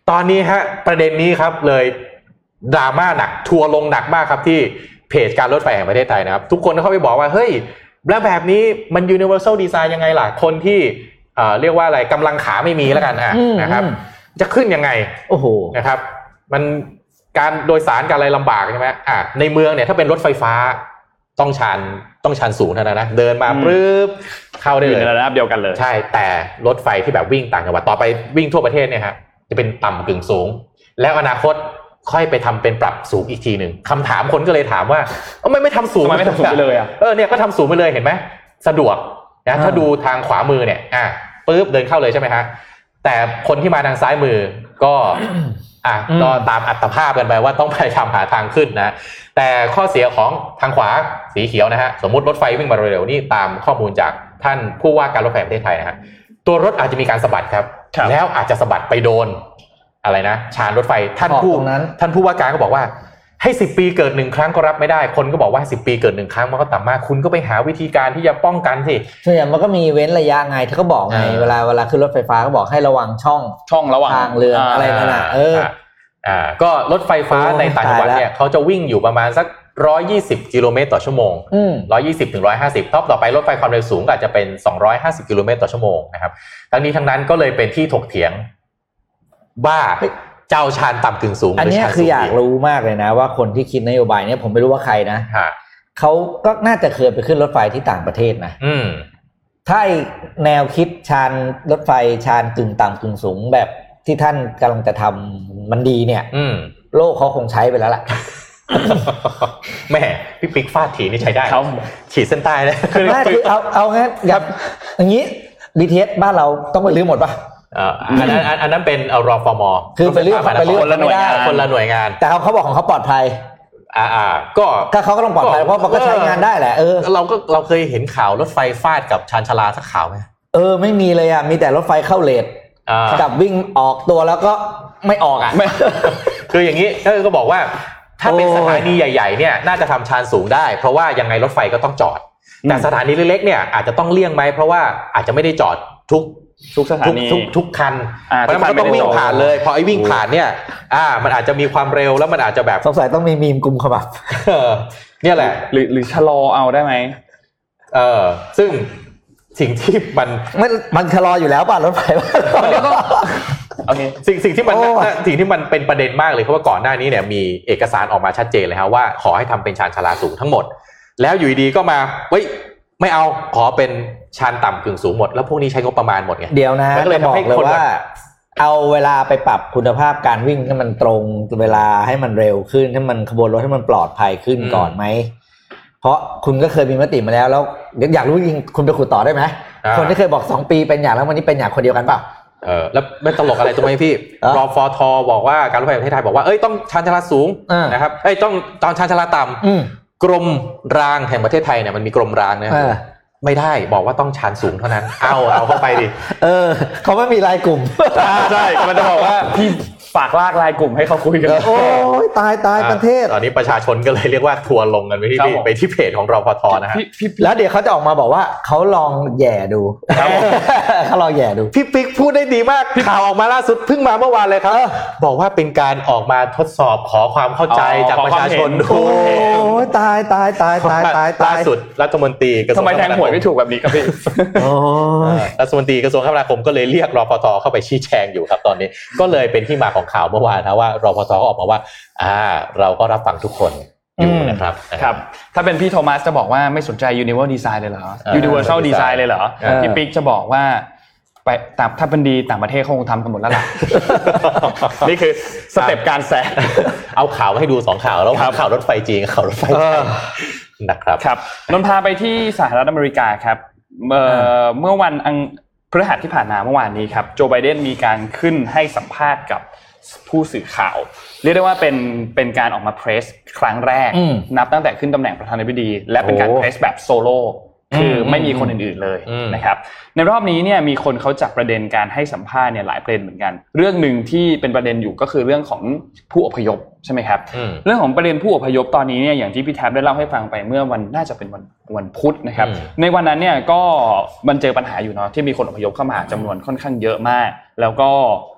ตอนนี้ฮะประเด็นนี้ครับเลยดราม่าหนักทัวร์ลงหนักมากครับที่เพจการรถไฟแห่งประเทศไทยนะครับทุกคนเข้าไปบอกว่าเฮ้ยแล้วแบบนี้มัน universal design ยังไงล่ะคนที่เอ่อเรียกว่าอะไรกำลังขาไม่มีแล้วกันอ่ะนะครับจะขึ้นยังไงโอ้โหนะครับมันการโดยสารการอะไรลำบากใช่ไหมอ่ะในเมืองเนี่ยถ้าเป็นรถไฟฟ้าต้องชันต้องชันสูงเท่านั้นนะเดินมาปึ๊บเข้าได้เลยในระดับเดียวกันเลยใช่แต่รถไฟที่แบบวิ่งต่างจังหวัดต่อไปวิ่งทั่วประเทศเนี่ยครับจะเป็นต่ำกึ่งสูงแล้วอนาคตค่อยไปทำเป็นปรับสูงอีกทีหนึ่งคำถามคนก็เลยถามว่าทำไมไม่ทำสูงทำไมไม่ทำสูงไปเลยอ่ะเออเนี่ยก็ทำสูงไปเลยเห็นไหมสะดวกนะถ้าดูทางขวามือเนี่ยอ่ะปึ๊บเดินเข้าเลยใช่ไหมฮะแต่คนที่มาทางซ้ายมือก็อ่ะก็ตามอัตภาพกันไปว่าต้องไปทำหาทางขึ้นนะแต่ข้อเสียของทางขวาสีเขียวนะฮะสมมุติรถไฟวิ่งมาเร็วๆนี่ตามข้อมูลจากท่านผู้ว่าการรถไฟแห่งประเทศไทยนะฮะตัวรถอาจจะมีการสะบัดครับแล้วอาจจะสะบัดไปโดนอะไรนะชานรถไฟท่านผู้ท่านผู้ว่าการก็บอกว่าให้สิบปีเกิดหนึ่งครั้งก็รับไม่ได้คนก็บอกว่าสิบปีเกิดหนึ่งครั้งมันก็ต่ำมากคุณก็ไปหาวิธีการที่จะป้องกันสิส่วนใหญ่มันก็มีเว้นระยะไงที่เขาบอกไงเวลาเวลาขึ้นรถไฟฟ้าก็บอกให้ระวังช่องช่องระหว่างทางเรืออะไรนั่นน่ะเอออ่าก็รถไฟฟ้าในต่างจังหวัดเนี่ยเขาจะวิ่งอยู่ประมาณสักหนึ่งร้อยยี่สิบกิโลเมตรต่อชั่วโมงหนึ่งร้อยยี่สิบถึงหนึ่งร้อยห้าสิบท็อปต่อไปรถไฟความเร็วสูงอาจจะเป็นสองร้อยห้าสิบกิโลเมตรต่อชั่วโมงนะครับทั้งนี้ทั้งนั้นก็เลยเป็นที่ถกเถียงว่าเจ้าชานต่ำกึ่งสูงอันนี้คืออยากรู้มากเลยนะว่าคนที่คิดนโยบายเนี่ยผมไม่รู้ว่าใครนะเขาก็น่าจะเคยไปขึ้นรถไฟที่ต่างประเทศนะถ้าแนวคิดชานรถไฟชานกึ่งต่ำกึ่งสูงแบบที่ท่านกำลังจะทำมันดีเนี่ยโลกเขาคงใช้ไปแล้วล่ะแม่พี่ปิ๊กฟาดถีนี่ใช้ได้ฉีดเส้นใต้เลยคือเอาเอางั้นอย่างนี้ บี ที เอส บ้านเราต้องไปรื้อหมดป่ะอันนั้นอันนั้นเป็นรฟม. คือไปเรื่องไปเรื่องคนละหน่วยงานคนละหน่วยงานแต่เขาเขาบอกของเขาปลอดภัยอ่าๆก็ถ้าเขาก็ต้องปลอดภัยเพราะมันก็ใช้งานได้แหละเออเราก็เราเคยเห็นข่าวรถไฟฟาดกับชานชาลาสักข่าวไหมเออไม่มีเลยอ่ะมีแต่รถไฟเข้าเลทกับวิ่งออกตัวแล้วก็ไม่ออกอ่ะคืออย่างนี้ก็บอกว่าถ้าเป็นสถานีใหญ่ๆเนี่ยน่าจะทำชานสูงได้เพราะว่ายังไงรถไฟก็ต้องจอดแต่สถานีเล็กๆเนี่ยอาจจะต้องเลี่ยงไหมเพราะว่าอาจจะไม่ได้จอดทุกทุกสถานีทุกทุกคันเพราะมันก็ต้องวิ่งผ่านเลยพอไอ้วิ่งผ่านเนี่ยอ่ามันอาจจะมีความเร็วแล้วมันอาจจะแบบสงสัยต้องมีมีมกุมขมับเนี่ยแหละหรือหรือชะลอเอาได้ไหมเออซึ่งสิ่งที่มันมันมันชะลออยู่แล้วป่ะรถไฟโอเคสิ่งสิ่งที่มันสิ่งที่มันเป็นประเด็นมากเลยเพราะว่าก่อนหน้านี้เนี่ยมีเอกสารออกมาชัดเจนเลยครับว่าขอให้ทำเป็นชานชาลาสูงทั้งหมดแล้วอยู่ดีก็มาเฮ้ยไม่เอาขอเป็นชานต่ำกึ่งสูงหมดแล้วพวกนี้ใช้งบประมาณหมดไงเดี๋ยวนะก็เลยทำให้คนว่าเอาเวลาไปปรับคุณภาพการวิ่งให้มันตรงเวลาให้มันเร็วขึ้นให้มันขบวนรถให้มันปลอดภัยขึ้นก่อนไหมเพราะคุณก็เคยมีมติมาแล้วแล้วอยากรู้จริงคุณไปขุดต่อได้ไหมคนที่เคยบอกสองปีเป็นอย่างแล้ววันนี้เป็นอย่างคนเดียวกันเปล่าเออแล้วไม่ตลกอะไรตรงไหนพี่รฟท.บอกว่าการรถไฟแห่งประเทศไทยบอกว่าเอ้ยต้องชานชาลาสูงนะครับเอ้ยต้องตอนชานชาลาต่ำกรมรางแห่งประเทศไทยเนี่ยมันมีกรมรางนะไม่ได้บอกว่าต้องชานสูงเท่านั้นเอาเอาเข้าไปดิเออเขาไม่มีรายกลุ่มใช่มันจะบอกว่าพี่ฝากลากรายกลุ่มให้เขาคุยกันโอ้ยตายตายประเทศตอนนี้ประชาชนก็เลยเรียกว่าทัวร์ลงกันไปที่ไปที่เพจของรฟท.นะฮะแล้วเดี๋ยวเขาจะออกมาบอกว่าเขาลองแย่ดูเขาลองแย่ดูพี่ปิ๊กพูดได้ดีมากข่าวออกมาล่าสุดเพิ่งมาเมื่อวานเลยครับบอกว่าเป็นการออกมาทดสอบขอความเข้าใจจากประชาชนดูโอ้ยตายตายตายตายตายล่าสุดรัฐมนตรีกระทรวงทำไมแทงหวยไม่ถูกแบบนี้ครับพี่รัฐมนตรีกระทรวงคมนาคมก็เลยเรียกรฟท.เข้าไปชี้แจงอยู่ครับตอนนี้ก็เลยเป็นที่มาของข่าวเมื่อวานนะว่ารพท.ก็ออกมาว่าอ่าเราก็รับฟังทุกคนอยู่นะครับครับถ้าเป็นพี่โทมัสจะบอกว่าไม่สนใจ Universal Design เลยเหรอ Universal Design เลยเหรอพี่ปิ๊กจะบอกว่าไปตามถ้าเป็นดีต่างประเทศคงทำกันหมดแล้วล่ะนี่คือสเต็ปการแซงเอาข่าวมาให้ดูสองข่าวแล้วข่าวรถไฟจีนข่าวรถไฟไทยนะครับครับนนพาไปที่สหรัฐอเมริกาครับเมื่อเมื่อวันพฤหัสที่ผ่านมาเมื่อวานนี้ครับโจไบเดนมีการขึ้นให้สัมภาษณ์กับผู้สื่อข่าวเรียกได้ว่าเป็นเป็นการออกมาเพรสครั้งแรกนับตั้งแต่ขึ้นตำแหน่งประธานาธิบดีและเป็นการเพรสแบบโซโล่คือไม่มีคนอื่นๆเลยนะครับในรอบนี้เนี่ยมีคนเขาจับประเด็นการให้สัมภาษณ์เนี่ยหลายประเด็นเหมือนกันเรื่องนึงที่เป็นประเด็นอยู่ก็คือเรื่องของผู้อพยพใช่ไหมครับเรื่องของประเด็นผู้อพยพตอนนี้เนี่ยอย่างที่พี่แท็บได้เล่าให้ฟังไปเมื่อวันน่าจะเป็นวันวันพุธนะครับในวันนั้นเนี่ยก็มันเจอปัญหาอยู่เนาะที่มีคนอพยพเข้ามาจำนวนค่อนข้างเยอะมากแล้วก็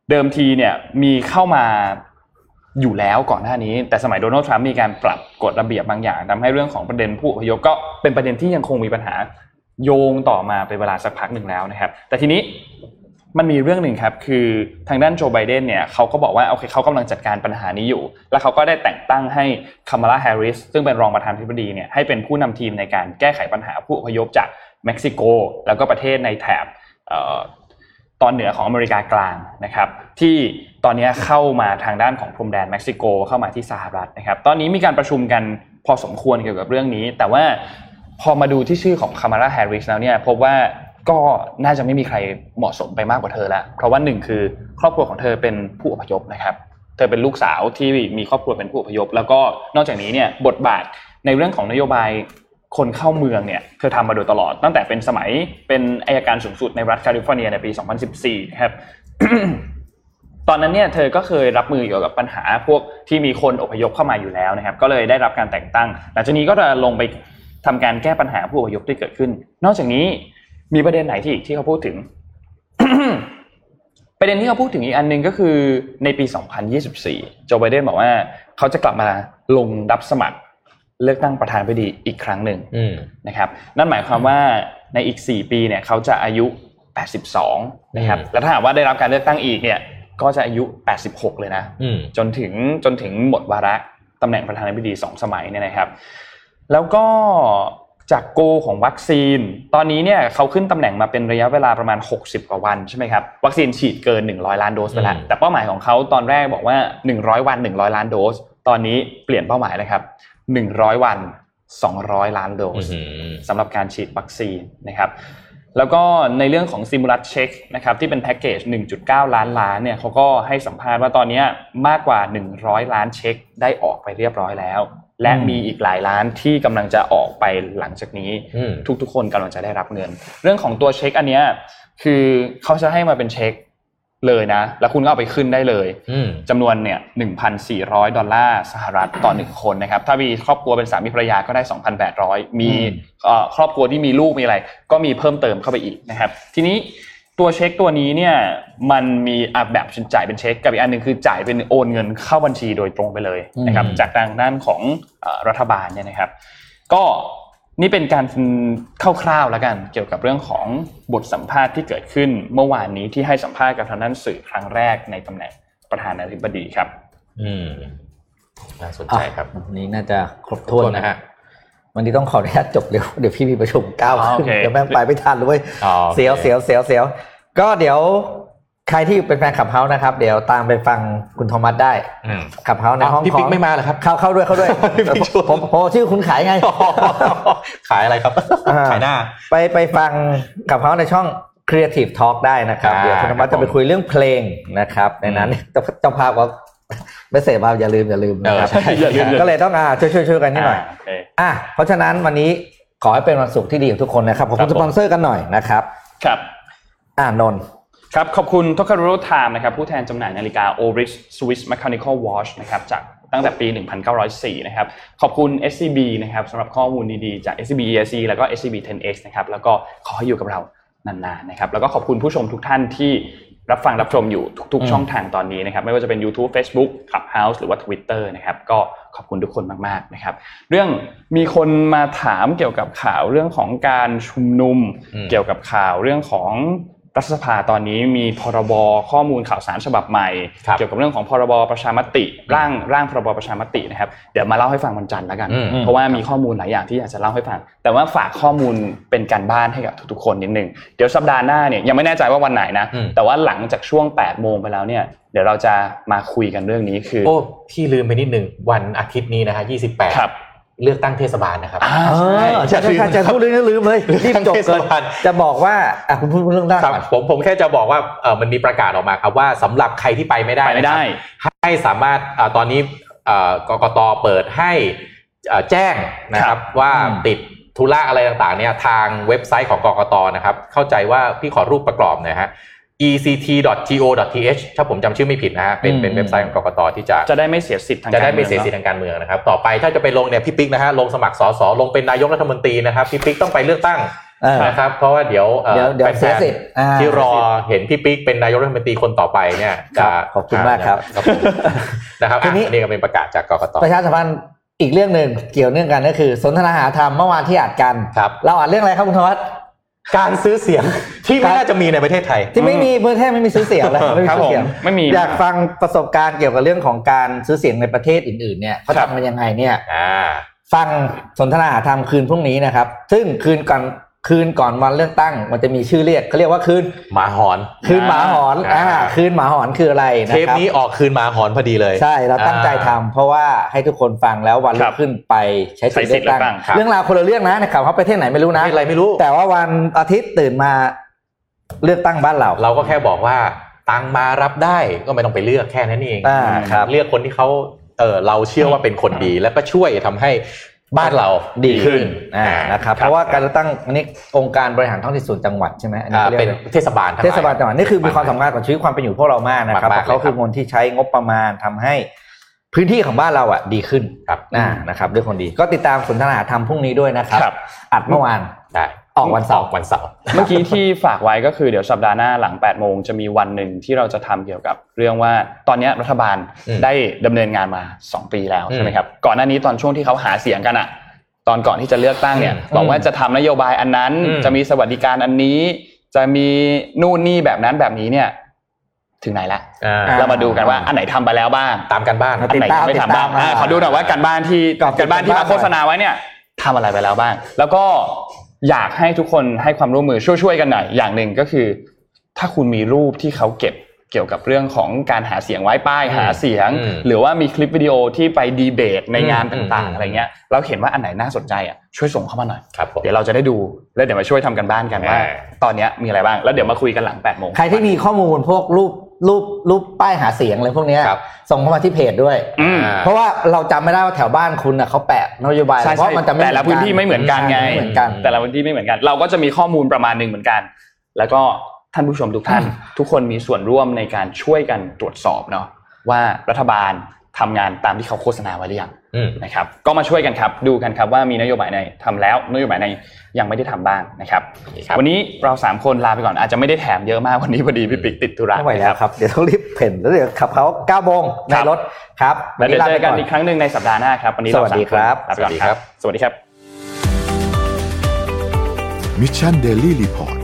เดิมทีเนี่ยมีเข้ามาอยู่แล้วก่อนหน้านี้แต่สมัยโดนัลด์ทรัมป์มีการปรับกฎระเบียบบางอย่างทำให้เรื่องของประเด็นผู้อพยพก็เป็นประเด็นที่ยังคงมีปัญหาโยงต่อมาเป็นเวลาสักพักหนึ่งแล้วนะครับแต่ทีนี้มันมีเรื่องหนึ่งครับคือทางด้านโจไบเดนเนี่ยเขาก็บอกว่าโอเคเขากำลังจัดการปัญหานี้อยู่แล้วเขาก็ได้แต่งตั้งให้คามาลาแฮร์ริสซึ่งเป็นรองประธานาธิบดีเนี่ยให้เป็นผู้นำทีมในการแก้ไขปัญหาผู้อพยพจากเม็กซิโกแล้วก็ประเทศในแถบตอนเหนือของอเมริกากลางนะครับที่ตอนนี้เข้ามาทางด้านของพรมแดนเม็กซิโกเข้ามาที่สหรัฐนะครับตอนนี้มีการประชุมกันพอสมควรเกี่ยวกับเรื่องนี้แต่ว่าพอมาดูที่ชื่อของคามาลาแฮร์ริสแล้วเนี่ยพบว่าก็น่าจะไม่มีใครเหมาะสมไปมากกว่าเธอแล้วเพราะว่าหนึ่งคือครอบครัวของเธอเป็นผู้อพยพนะครับเธอเป็นลูกสาวที่มีครอบครัวเป็นผู้อพยพแล้วก็นอกจากนี้เนี่ยบทบาทในเรื่องของนโยบายคนเข้าเมืองเนี่ยเธอทำมาโดยตลอดตั้งแต่เป็นสมัยเป็นอัยการสูงสุดในรัฐแคลิฟอร์เนียในปีสองพันสิบสี่ครับ ตอนนั้นเนี่ยเธอก็เคยรับมือเกี่ยวกับปัญหาพวกที่มีคนอพยพเข้ามาอยู่แล้วนะครับก็เลยได้รับการแต่งตั้งหลังจากนี้ก็จะลงไปทำการแก้ปัญหาผู้อพยพที่เกิดขึ้นนอกจากนี้มีประเด็นไหนที่อีกที่เขาพูดถึง ประเด็นที่เขาพูดถึงอีกอันนึงก็คือในปีสองพันยี่สิบสี่โจไบเดนบอกว่าเขาจะกลับมาลงรับสมัครเลือกตั้งประธานาธิบดีอีกครั้งหนึ่งนะครับนั่นหมายความว่าในอีกสี่ปีเนี่ยเขาจะอายุแปดสิบสองนะครับแล้วถ้าหากว่าได้รับการเลือกตั้งอีกเนี่ยก็จะอายุแปดสิบหกเลยนะจนถึงจนถึงหมดวาระตำแหน่งประธานาธิบดีสองสมัยเนี่ยนะครับแล้วก็จากโกของวัคซีนตอนนี้เนี่ยเขาขึ้นตำแหน่งมาเป็นระยะเวลาประมาณหกสิบกว่าวันใช่ไหมครับวัคซีนฉีดเกินหนึ่งร้อยล้านโดสไปแล้วแต่เป้าหมายของเขาตอนแรกบอกว่าหนึ่งร้อยวันหนึ่งร้อยล้านโดสตอนนี้เปลี่ยนเป้าหมายเลยครับหนึ่งร้อยวันสองร้อยล้านโดสสำหรับการฉีดวัคซีนนะครับแล้วก็ในเรื่องของซิมูลัสเช็คนะครับที่เป็นแพ็คเกจ หนึ่งจุดเก้าล้านล้านเนี่ยเขาก็ให้สัมภาษณ์ว่าตอนนี้มากกว่าหนึ่งร้อยล้านเช็คได้ออกไปเรียบร้อยแล้วและมีอีกหลายล้านที่กำลังจะออกไปหลังจากนี้ทุกๆคนกำลังจะได้รับเงินเรื่องของตัวเช็คอันเนี้ยคือเขาจะให้มาเป็นเช็คเลยนะแล้วคุณก็เอาไปขึ้นได้เลยจำนวนเนี่ย หนึ่งพันสี่ร้อย ดอลลาร์สหรัฐต่อหนึ่งคนนะครับถ้ามีครอบครัวเป็นสามีภรรยาก็ได้ สองพันแปดร้อย มีครอบครัวที่มีลูกมีอะไรก็มีเพิ่มเติมเข้าไปอีกนะครับทีนี้ตัวเช็คตัวนี้เนี่ยมันมีแบบจ่ายเป็นเช็คกับอีกอันนึงคือจ่ายเป็นโอนเงินเข้าบัญชีโดยตรงไปเลยนะครับจากทางด้านของรัฐบาลเนี่ยนะครับก็นี่เป็นการคร่าวๆแล้วกันเกี่ยวกับเรื่องของบทสัมภาษณ์ที่เกิดขึ้นเมื่อวานนี้ที่ให้สัมภาษณ์กับทางด้านสื่อครั้งแรกในตำแหน่งประธานาธิบดีครับอืมน่าสนใจครับนี้น่าจะครบถ้วนนะฮะวันนี้ต้องขออนุญาตจบเร็วเดี๋ยวพี่มีประชุมเก้าขึ้นเดี๋ยวแม่งไปไม่ทันเลยเสียวเสียวเสียวเสียวก็เดี๋ยวใครที่เป็นแฟนขับเฮาส์นะครับเดี๋ยวตามไปฟังคุณโทมัสได้ขับเฮาส์ในห้องพี่ปิ๊กไม่มาเหรอครับเข้าเข้าด้วยเข้าด้วยผมโอ้ชื่อคุณขายไงขายอะไรครับขายหน้าไปไปฟังขับเฮาส์ในช่อง Creative Talk ได้นะครับเดี๋ยวคุณโทมัสจะไปคุยเรื่องเพลงนะครับในนั้นเจ้าภาพว่าไม่เสพว่าอย่าลืมอย่าลืมนะครับก็เลยต้องอ่าช่วยๆกันนิดหน่อยอ่ะเพราะฉะนั้นวันนี้ขอให้เป็นวันศุกร์ที่ดีของทุกคนนะครับขอบคุณสปอนเซอร์กันหน่อยนะครับครับอ่านนท์ครับขอบคุณ Tokaro Time นะครับผู้แทนจำหน่ายนาฬิกา Oris Swiss Mechanical Watch นะครับจากตั้งแต่ปีหนึ่งพันเก้าร้อยสี่นะครับขอบคุณ เอส ซี บี นะครับสำหรับข้อมูลดีๆจาก เอส ซี บี อี ไอ ซี แล้วก็ เอส ซี บี เท็น เอ็กซ์ นะครับแล้วก็ขอให้อยู่กับเรานานๆนะครับแล้วก็ขอบคุณผู้ชมทุกท่านที่รับฟังรับชมอยู่ทุกๆช่องทางตอนนี้นะครับไม่ว่าจะเป็น YouTube Facebook Clubhouse หรือว่า Twitter นะครับก็ขอบคุณทุกคนมากๆนะครับเรื่องมีคนมาถามเกี่ยวกับข่าวเรื่องของการชุมนุมเกี่ยวกับข่าวเรื่องของรัฐสภาตอนนี้มีพรบข้อมูลข่าวสารฉบับใหม่เกี่ยวกับเรื่องของพรบประชามติร่างร่างพรบประชามตินะครับเดี๋ยวมาเล่าให้ฟังวันจันทร์แล้วกันเพราะว่ามีข้อมูลหลายอย่างที่อยากจะเล่าให้ฟังแต่ว่าฝากข้อมูลเป็นการบ้านให้กับทุกๆคนนิดนึงเดี๋ยวสัปดาห์หน้าเนี่ยยังไม่แน่ใจว่าวันไหนนะแต่ว่าหลังจากช่วง แปดโมงไปแล้วเนี่ยเดี๋ยวเราจะมาคุยกันเรื่องนี้คือโอ้พี่ลืมไปนิดนึงวันอาทิตย์นี้นะฮะยี่สิบแปดครับเลือกตั้งเทศบาลนะครับอ่าใช่ๆจะพูดเรื่องนี้ลืมเลยรีบจบเลยจะบอกว่าอ่ะคุณพูดเรื่องได้ผมผมแค่จะบอกว่าเอ่อมันมีประกาศออกมาครับว่าสำหรับใครที่ไปไม่ได้ไม่ได้ให้สามารถอ่าตอนนี้อ่ากกต.เปิดให้อ่าแจ้งนะครับว่าติดธุระอะไรต่างๆเนี่ยทางเว็บไซต์ของกกต.นะครับเข้าใจว่าพี่ขอรูปประกอบหน่อยฮะ อี ซี ที ดอท จี โอ ดอท ที เอช ถ้าผมจำชื่อไม่ผิดนะฮะเป็นเป็นเว็บไซต์ของกกต.ที่จะจะได้ไม่เสียสิทธิ์ทางการจะได้ไม่เสียสิทธิ์ทางการเมืองนะครับต่อไปถ้าจะไปลงเนี่ยพี่ปิ๊กนะฮะลงสมัครสสลงเป็นนายกรัฐมนตรีนะครับพี่ปิ๊กต้องไปเลือกตั้งนะครับเพราะว่าเดี๋ยวเดี๋ยวเสียสิทธิ์ที่รอเห็นพี่ปิ๊กเป็นนายกรัฐมนตรีคนต่อไปเนี่ยจะขอบคุณมากครับนะครับอันนี้ก็เป็นประกาศจากกกต. ประชาสัมพันธ์อีกเรื่องนึงเกี่ยวเนื่องกันก็คือสนทนาหาธรรมเมื่อวานที่อัดกันเราอ่านเรื่องอะไรครับคุณธวัฒน์การซื้อเสียงที่ไม่น่าจะมีในประเทศไทยที่ไม่มีประเทศไม่มีซื้อเสียงเลยไม่มีซื้อเสียงไม่มีอยากฟังประสบการณ์เกี่ยวกับเรื่องของการซื้อเสียงในประเทศอื่นๆเนี่ยเขาทำกันยังไงเนี่ยฟังสนทนาหาธรรมคืนพรุ่งนี้นะครับซึ่งคืนก่อนคืนก่อนวันเลือกตั้งมันจะมีชื่อเรียกเขาเรียกว่าคืนหมาหอนคืนหมาหอนอ่าคืนหมาหอนคืออะไรนะครับเทปนี้ออกคืนหมาหอนพอดีเลยใช่เราตั้งใจทำเพราะว่าให้ทุกคนฟังแล้ววันรุ่งขึ้นไปใช้สิทธิ์เลือกตั้งเรื่องราวคนละเรื่องนะนะครับเขาประเทศไหนไม่รู้นะอะไรไม่รู้แต่ว่าวันอาทิตย์ตื่นมาเลือกตั้งบ้านเราเราก็แค่บอกว่าตังมารับได้ก็ไม่ต้องไปเลือกแค่นั้นเองเลือกคนที่เขาเออเราเชื่อว่าเป็นคนดีแล้วก็ช่วยทำให้บ้านเราดีขึ้นนะครับเพราะว่าการเลือกตั้งอันนี้องค์การบริหารท้องถิ่นส่วนจังหวัดใช่ไหมอันนี้เป็นเทศบาลเทศบาลจังหวัดนี่คือมีความสำคัญกับชีวิตความเป็นอยู่พวกเรามากนะครับเพราะเขาคือคนที่ใช้งบประมาณทำให้พื้นที่ของบ้านเราอ่ะดีขึ้นนะครับด้วยคนดีก็ติดตามสนทนาธรรมพรุ่งนี้ด้วยนะครับอัดเมื่อวานได้ออกวันเสาร์วันเสาร์เมื่อกี้ที่ฝากไว้ก็คือเดี๋ยวสัปดาห์หน้าหลังแปดโมงจะมีวันหนึ่งที่เราจะทำเกี่ยวกับเรื่องว่าตอนนี้รัฐบาลได้ดำเนินงานมาสองปีแล้วใช่ไหมครับก่อนหน้านี้ตอนช่วงที่เขาหาเสียงกันอะตอนก่อนที่จะเลือกตั้งเนี่ยบอกว่าจะทำนโยบายอันนั้นจะมีสวัสดิการอันนี้จะมีนู่นนี่แบบนั้นแบบนี้เนี่ยถึงไหนละเรามาดูกันว่าอันไหนทำไปแล้วบ้างตามกันบ้านอันไหนไม่ทำบ้างขอดูหน่อยว่าการบ้านที่การบ้านที่มาโฆษณาไว้เนี่ยทำอะไรไปแล้วบ้างแล้วก็อยากให้ทุกคนให้ความร่วมมือช่วยๆกันหน่อยอย่างหนึ่งก็คือถ้าคุณมีรูปที่เขาเก็บเกี่ยวกับเรื่องของการหาเสียงไว้ป้ายหาเสียงหรือว่ามีคลิปวิดีโอที่ไปดีเบตในงานต่างๆอะไรเงี้ยเราเห็นว่าอันไหนน่าสนใจอ่ะช่วยส่งเข้ามาหน่อยเดี๋ยวเราจะได้ดูแล้วเดี๋ยวมาช่วยทำกันบ้านกันว่าตอนนี้มีอะไรบ้างแล้วเดี๋ยวมาคุยกันหลังแปดโมงใครที่มีข้อมูลพวกรูปรูปรูปป้ายหาเสียงอะไรพวกนี้ส่งเข้ามาที่เพจด้วยเพราะว่าเราจำไม่ได้ว่าแถวบ้านคุณเขาแปะนโยบายเพราะมันจะแต่ละพื้นที่ไม่เหมือนกันไงแต่ละพื้นที่ไม่เหมือนกันเราก็จะมีข้อมูลประมาณนึงเหมือนกันแล้วก็ท่านผู้ชมทุกท่านทุกคนมีส่วนร่วมในการช่วยกันตรวจสอบเนาะว่ารัฐบาลทำงานตามที่เขาโฆษณาไว้หรือยังนะครับก็มาช่วยกันครับดูกันครับว่ามีนโยบายไหนทำแล้วนโยบายไหนยังไม่ได้ทำบ้างนะครับวันนี้เราสามคนลาไปก่อนอาจจะไม่ได้แถมเยอะมากวันนี้พอดีพี่ปิ๊กติดธุระนะครับเดี๋ยวต้องรีบเพ่นแล้วเดี๋ยวขับเขาเก้าโมงในรถครับแล้วเดี๋ยวเจอกันอีกครั้งนึงในสัปดาห์หน้าครับวันนี้เราสามคนลาไปก่อนครับสวัสดีครับ Mission Daily Report